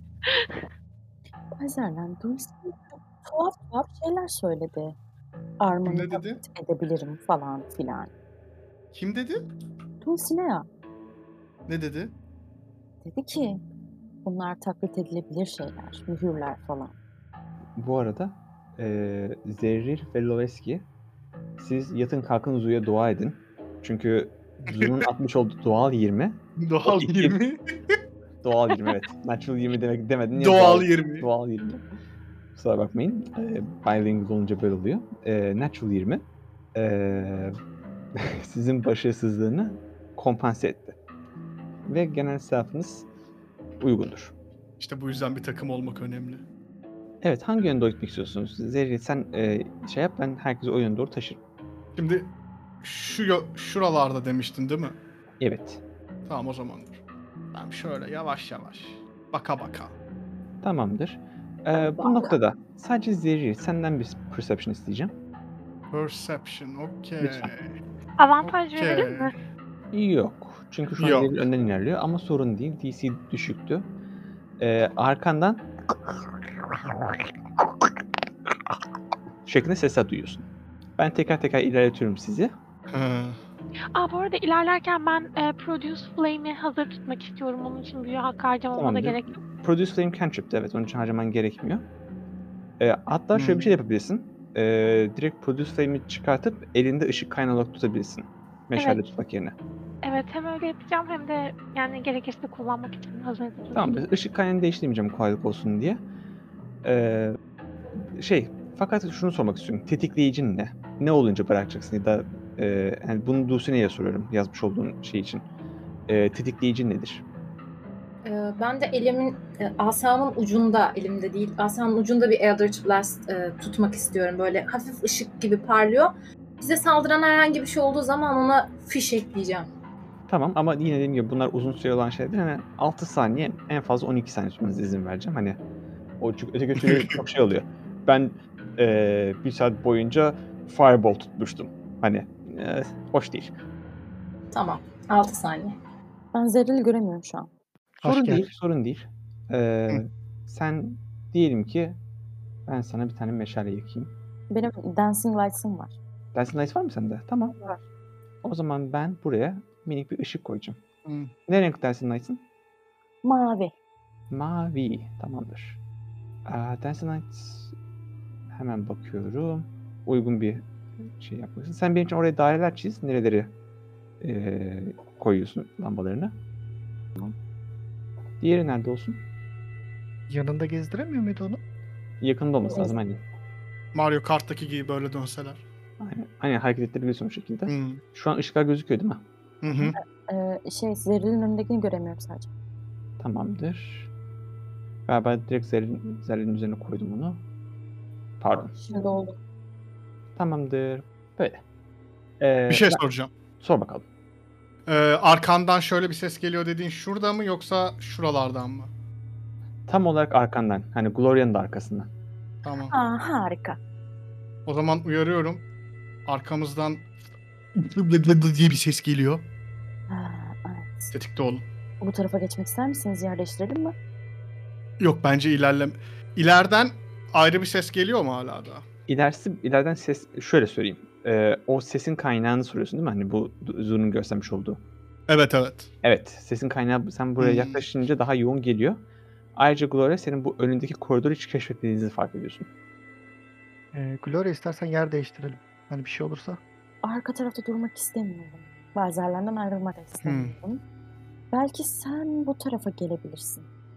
Azarlan. Dulce tuhaf tuhaf şeyler söyledi. Armanı Ne dedi? taklit edebilirim falan filan. Kim dedi? Dulcinea Ne dedi? dedi ki bunlar taklit edilebilir şeyler. Mühürler falan. Bu arada e, Zerrir ve Loveski, siz yatın kalkın Zu'ya dua edin. Çünkü Zu'nun atmış olduğu doğal yirmi. Doğal O iki- yirmi. Doğal yirmi, evet. Natural yirmi demek demedin ya. Doğal yirmi. Doğal yirmi. Kusura bakmayın. E, bilingual olunca böyle oluyor. E, natural yirmi e, sizin başarısızlığını kompanse etti. Ve genel self'ınız uygundur. İşte bu yüzden bir takım olmak önemli. Evet, hangi yönde gitmek istiyorsunuz? Zerri sen e, şey yap, ben herkesi o yöne doğru taşırım. Şimdi şu yo- şuralarda demiştin değil mi? Evet. Tamam o zaman dur. Ben şöyle yavaş yavaş baka baka. Tamamdır. E, bu noktada sadece Zerri senden bir perception isteyeceğim. Perception, okey. Lütfen. Avantaj Okey. verelim mi? Yok. Çünkü şu an Yok. Zerri önden ilerliyor ama sorun değil. D C düşüktü. E, arkandan şeklinde sesler duyuyorsun. Ben teker teker ilerletiyorum sizi. Hı. Aa, bu arada ilerlerken ben e, Produce Flame'i hazır tutmak istiyorum. Onun için büyü hakkı harcamama da Tamamdır. gerek yok. Produce Flame cantrip'ti, evet. Onun için harcaman gerekmiyor. E, hatta şöyle bir şey de yapabilirsin. E, direkt Produce Flame'i çıkartıp elinde ışık kaynağı olarak tutabilirsin. Meşale Evet. tutmak yerine. Evet, hem öyle yapacağım hem de yani gerekirse kullanmak için hazır tutayım. Tamam, ışık kaynağını değiştirmeyeceğim kolaylık olsun diye. E, şey, fakat şunu sormak istiyorum. Tetikleyicin ne? Ne olunca bırakacaksın ya da e, yani bunu Dulcine'ye soruyorum yazmış olduğun şey için. E, tetikleyicin nedir? Ee, ben de elimin, e, asamın ucunda, elimde değil, asamın ucunda bir Eldritch Blast e, tutmak istiyorum. Böyle hafif ışık gibi parlıyor. Bize saldıran herhangi bir şey olduğu zaman ona fiş ekleyeceğim. Tamam ama yine dediğim gibi bunlar uzun süre olan şeyler. Hani altı saniye, en fazla on iki saniye tutmanıza izin vereceğim. Hani o çünkü öteki türlü çok şey oluyor. Ben eee bir saat boyunca Fireball tutmuştum. Hani eee, hoş değil. Tamam, altı saniye. Ben Zerril'i göremiyorum şu an. Sorun Hoş değil, geldin. sorun değil. Eee, sen diyelim ki ben sana bir tane meşale yakayım. Benim Dancing Lights'ım var. Dancing Lights var mı sende? Tamam. Var. O zaman ben buraya minik bir ışık koyacağım. Hı. Ne renk Dancing Lights'ın? Mavi. Mavi. Tamamdır. Aa, Dancing Lights hemen bakıyorum. Uygun bir şey yapmışsın. Sen benim için oraya daireler çiz. Nereleri eee, koyuyorsun lambalarını. Tamam. Diğeri nerede olsun? Yanında gezdiremiyor muydu onu? Yakında olması lazım hani. Mario Kart'taki gibi böyle dönseler. Aynen, aynen hareket ettirebiliyorsun o şekilde. Hı. Şu an ışıklar gözüküyor değil mi? Hı hı. Ee, şey Zerril'in önündekini göremiyorum sadece. Tamamdır. Galiba direkt zerrin, zerrin üzerine koydum onu. Pardon. Şimdi oldu. Tamamdır. Böyle. Ee, Bir şey ben- soracağım. Sor bakalım. Ee, arkandan şöyle bir ses geliyor dediğin şurada mı yoksa şuralardan mı? Tam olarak arkandan. Hani Gloria'nın da arkasından. Tamam. Aa, harika. O zaman uyarıyorum. Arkamızdan diye bir ses geliyor. Ha, evet. Tetikte olun. Bu tarafa geçmek ister misiniz? Yer değiştirelim mi? Yok bence ilerlem. İleriden ayrı bir ses geliyor mu hala da? İlerisi, ileriden ses, şöyle söyleyeyim. Ee, o sesin kaynağını soruyorsun değil mi? Hani bu Zu'nun göstermiş olduğu. Evet evet. Evet, sesin kaynağı sen buraya Hmm. yaklaşınca daha yoğun geliyor. Ayrıca Gloria senin bu önündeki koridoru hiç keşfetmediğinizi fark ediyorsun. Ee, Gloria istersen yer değiştirelim. Hani bir şey olursa. Arka tarafta durmak istemiyorum. Bazerlerden ayrılmak da istemiyorum. Belki sen bu tarafa gelebilirsin.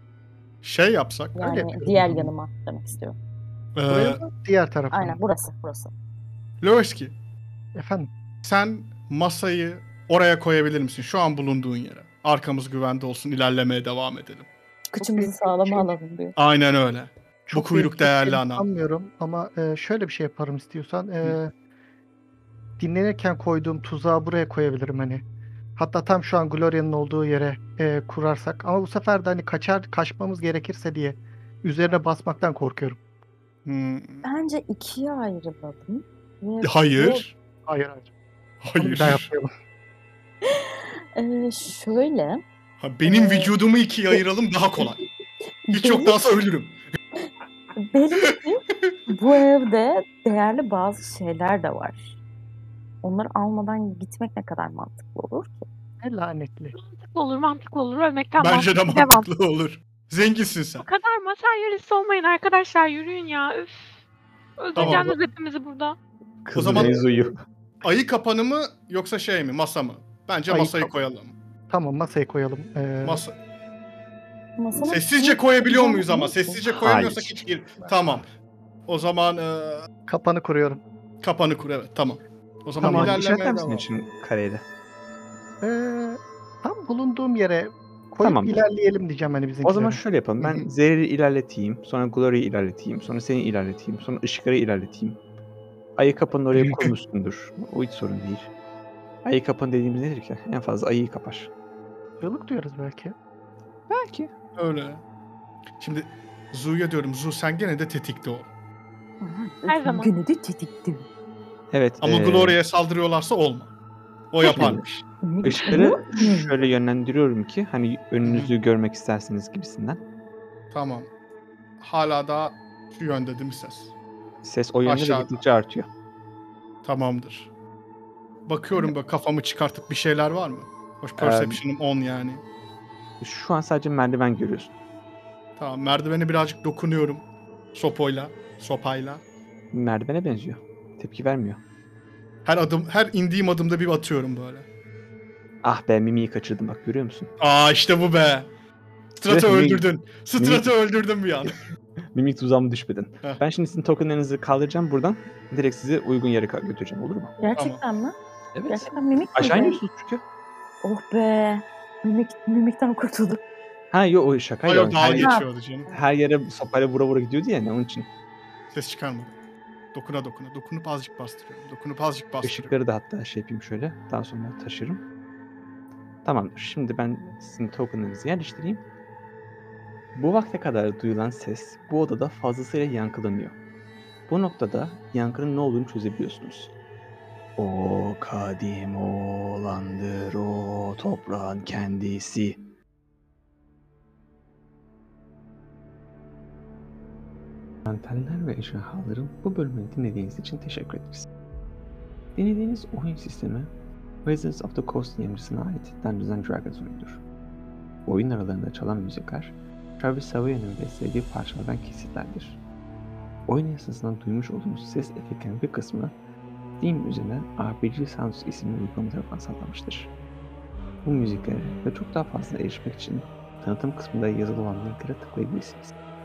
Şey yapsak. Öyle Yani yapıyorum diğer o zaman. yanıma demek istiyorum. Ee, Buraya mı? Diğer tarafa mı? Aynen burası burası. Loveski, Efendim? sen masayı oraya koyabilir misin? Şu an bulunduğun yere. Arkamız güvende olsun, ilerlemeye devam edelim. Kıçımızı büyük bir sağlama şey- alalım diyor. Aynen öyle. Çok Bu kuyruk büyük bir değerli şey anam. sanmıyorum ama e, şöyle bir şey yaparım istiyorsan. E, dinlenirken koyduğum tuzağı buraya koyabilirim hani. Hatta tam şu an Gloria'nın olduğu yere e, kurarsak. Ama bu sefer de hani kaçar kaçmamız gerekirse diye üzerine basmaktan korkuyorum. Hmm, Bence ikiye ayrılalım. Ve Hayır. Hayır hayır. Onu bir daha Hayır. yapmayalım. Ee, şöyle. Ha, benim Ee, vücudumu ikiye ayıralım daha kolay. Hiç benim- yoktansa ölürüm. Benim için bu evde değerli bazı şeyler de var. Onları almadan gitmek ne kadar mantıklı olur ki? Ne lanetli. Mantıklı olur, mantıklı olur. Ölmekten Bence de mantıklı. Devam. mantıklı olur. Zenginsin sen. Bu kadar materyalist olmayın arkadaşlar. Yürüyün ya. Üf. Öldüreceğiniz hepimizi burada. Kızın zaman- mevzuyu. Ayı kapanı mı yoksa şey mi? Masa mı? Bence Ayı masayı kapanı. koyalım. Tamam masayı koyalım. Ee, Masa. Masanın Sessizce büyük koyabiliyor olduğunu muyuz ama? biliyor musun? Sessizce koyamıyorsak Hayır. hiç gir. Tamam. O zaman e, kapanı kuruyorum. kapanı kur, evet, tamam. O zaman Tamam, ilerlemeye işaretler misin devam. için kareyle? Ee, tam bulunduğum yere koyup Tamamdır. ilerleyelim diyeceğim hani bizimkilere. O zaman şöyle yapalım. Ben Hı hı. Zerr'i ilerleteyim. Sonra Gloria'yı ilerleteyim. Sonra seni ilerleteyim. Sonra ışıkları ilerleteyim. Ayı kapanını oraya kurmuşsundur. O hiç sorun değil. Ayı kapanı dediğimiz nedir ki? En fazla ayıyı kapar. Yıllık duyarız belki. Belki. Öyle. Şimdi Zu'ya diyorum. Zu sen gene de tetikte ol. Her zaman. Günü de tetiktim. Evet. Ama eee, Gloria'ya saldırıyorlarsa olma. O yaparmış. ışıkları şöyle yönlendiriyorum ki hani önünüzü görmek isterseniz gibisinden. Tamam. Hala daha şu yönde değil mi ses? Ses o yönde de Aşağıda. gittikçe artıyor. Tamamdır. Bakıyorum böyle kafamı çıkartıp bir şeyler var mı? Hoş perception'ım on yani. Şu an sadece merdiven görüyorsun. Tamam, merdivene birazcık dokunuyorum. Sopoyla, sopayla. Merdivene benziyor. Tepki vermiyor. Her adım, her indiğim adımda bir atıyorum böyle. Ah be, Mimi'yi kaçırdım bak, görüyor musun? Aa işte bu be. Strat'ı Mimik- öldürdün. Strat'ı öldürdün bir an. Mimik tuzağıma düşmedin. Heh. Ben şimdi sizin tokenlarınızı kaldıracağım buradan. Direkt sizi uygun yere ka- götüreceğim, olur mu? Gerçekten mi? Evet. Gerçekten mimik Aşağı miydi? iniyorsunuz çünkü. Oh be. Mimik, mimikten kurtulduk. Ha yok, o şakaydı. Hayır, o. dalga Her, geçiyordu canım. her yere sopayla vura vura gidiyordu ya, ne onun için. Ses çıkarmadı. Dokuna dokuna. Dokunup azıcık bastırıyorum. Dokunup azıcık bastırıyorum. Işıkları da hatta şey yapayım şöyle. Daha sonra taşırım. Tamamdır. Şimdi ben sizin tokenlarınızı yerleştireyim. Bu vakte kadar duyulan ses bu odada fazlasıyla yankılanıyor. Bu noktada yankının ne olduğunu çözebiliyorsunuz. O kadim oğlandır, o toprağın kendisi. Antenler ve ejderhaların bu bölümünü dinlediğiniz için teşekkür ederiz. Dinlediğiniz oyun sistemi Wizards of the Coast yayıncısına ait Dungeons and Dragons oyunudur. Oyun aralarında çalan müzikler Travis Savoy'un beslediği parçalardan kesitlerdir. Oyun esnasında duymuş olduğunuz ses efektlerinin bir kısmı Steam üzerinden R P G Sounds isimli uygulama tarafından sağlanmıştır. Bu müziklere ve çok daha fazla erişmek için tanıtım kısmında yazılı olan linklere tıklayabilirsiniz.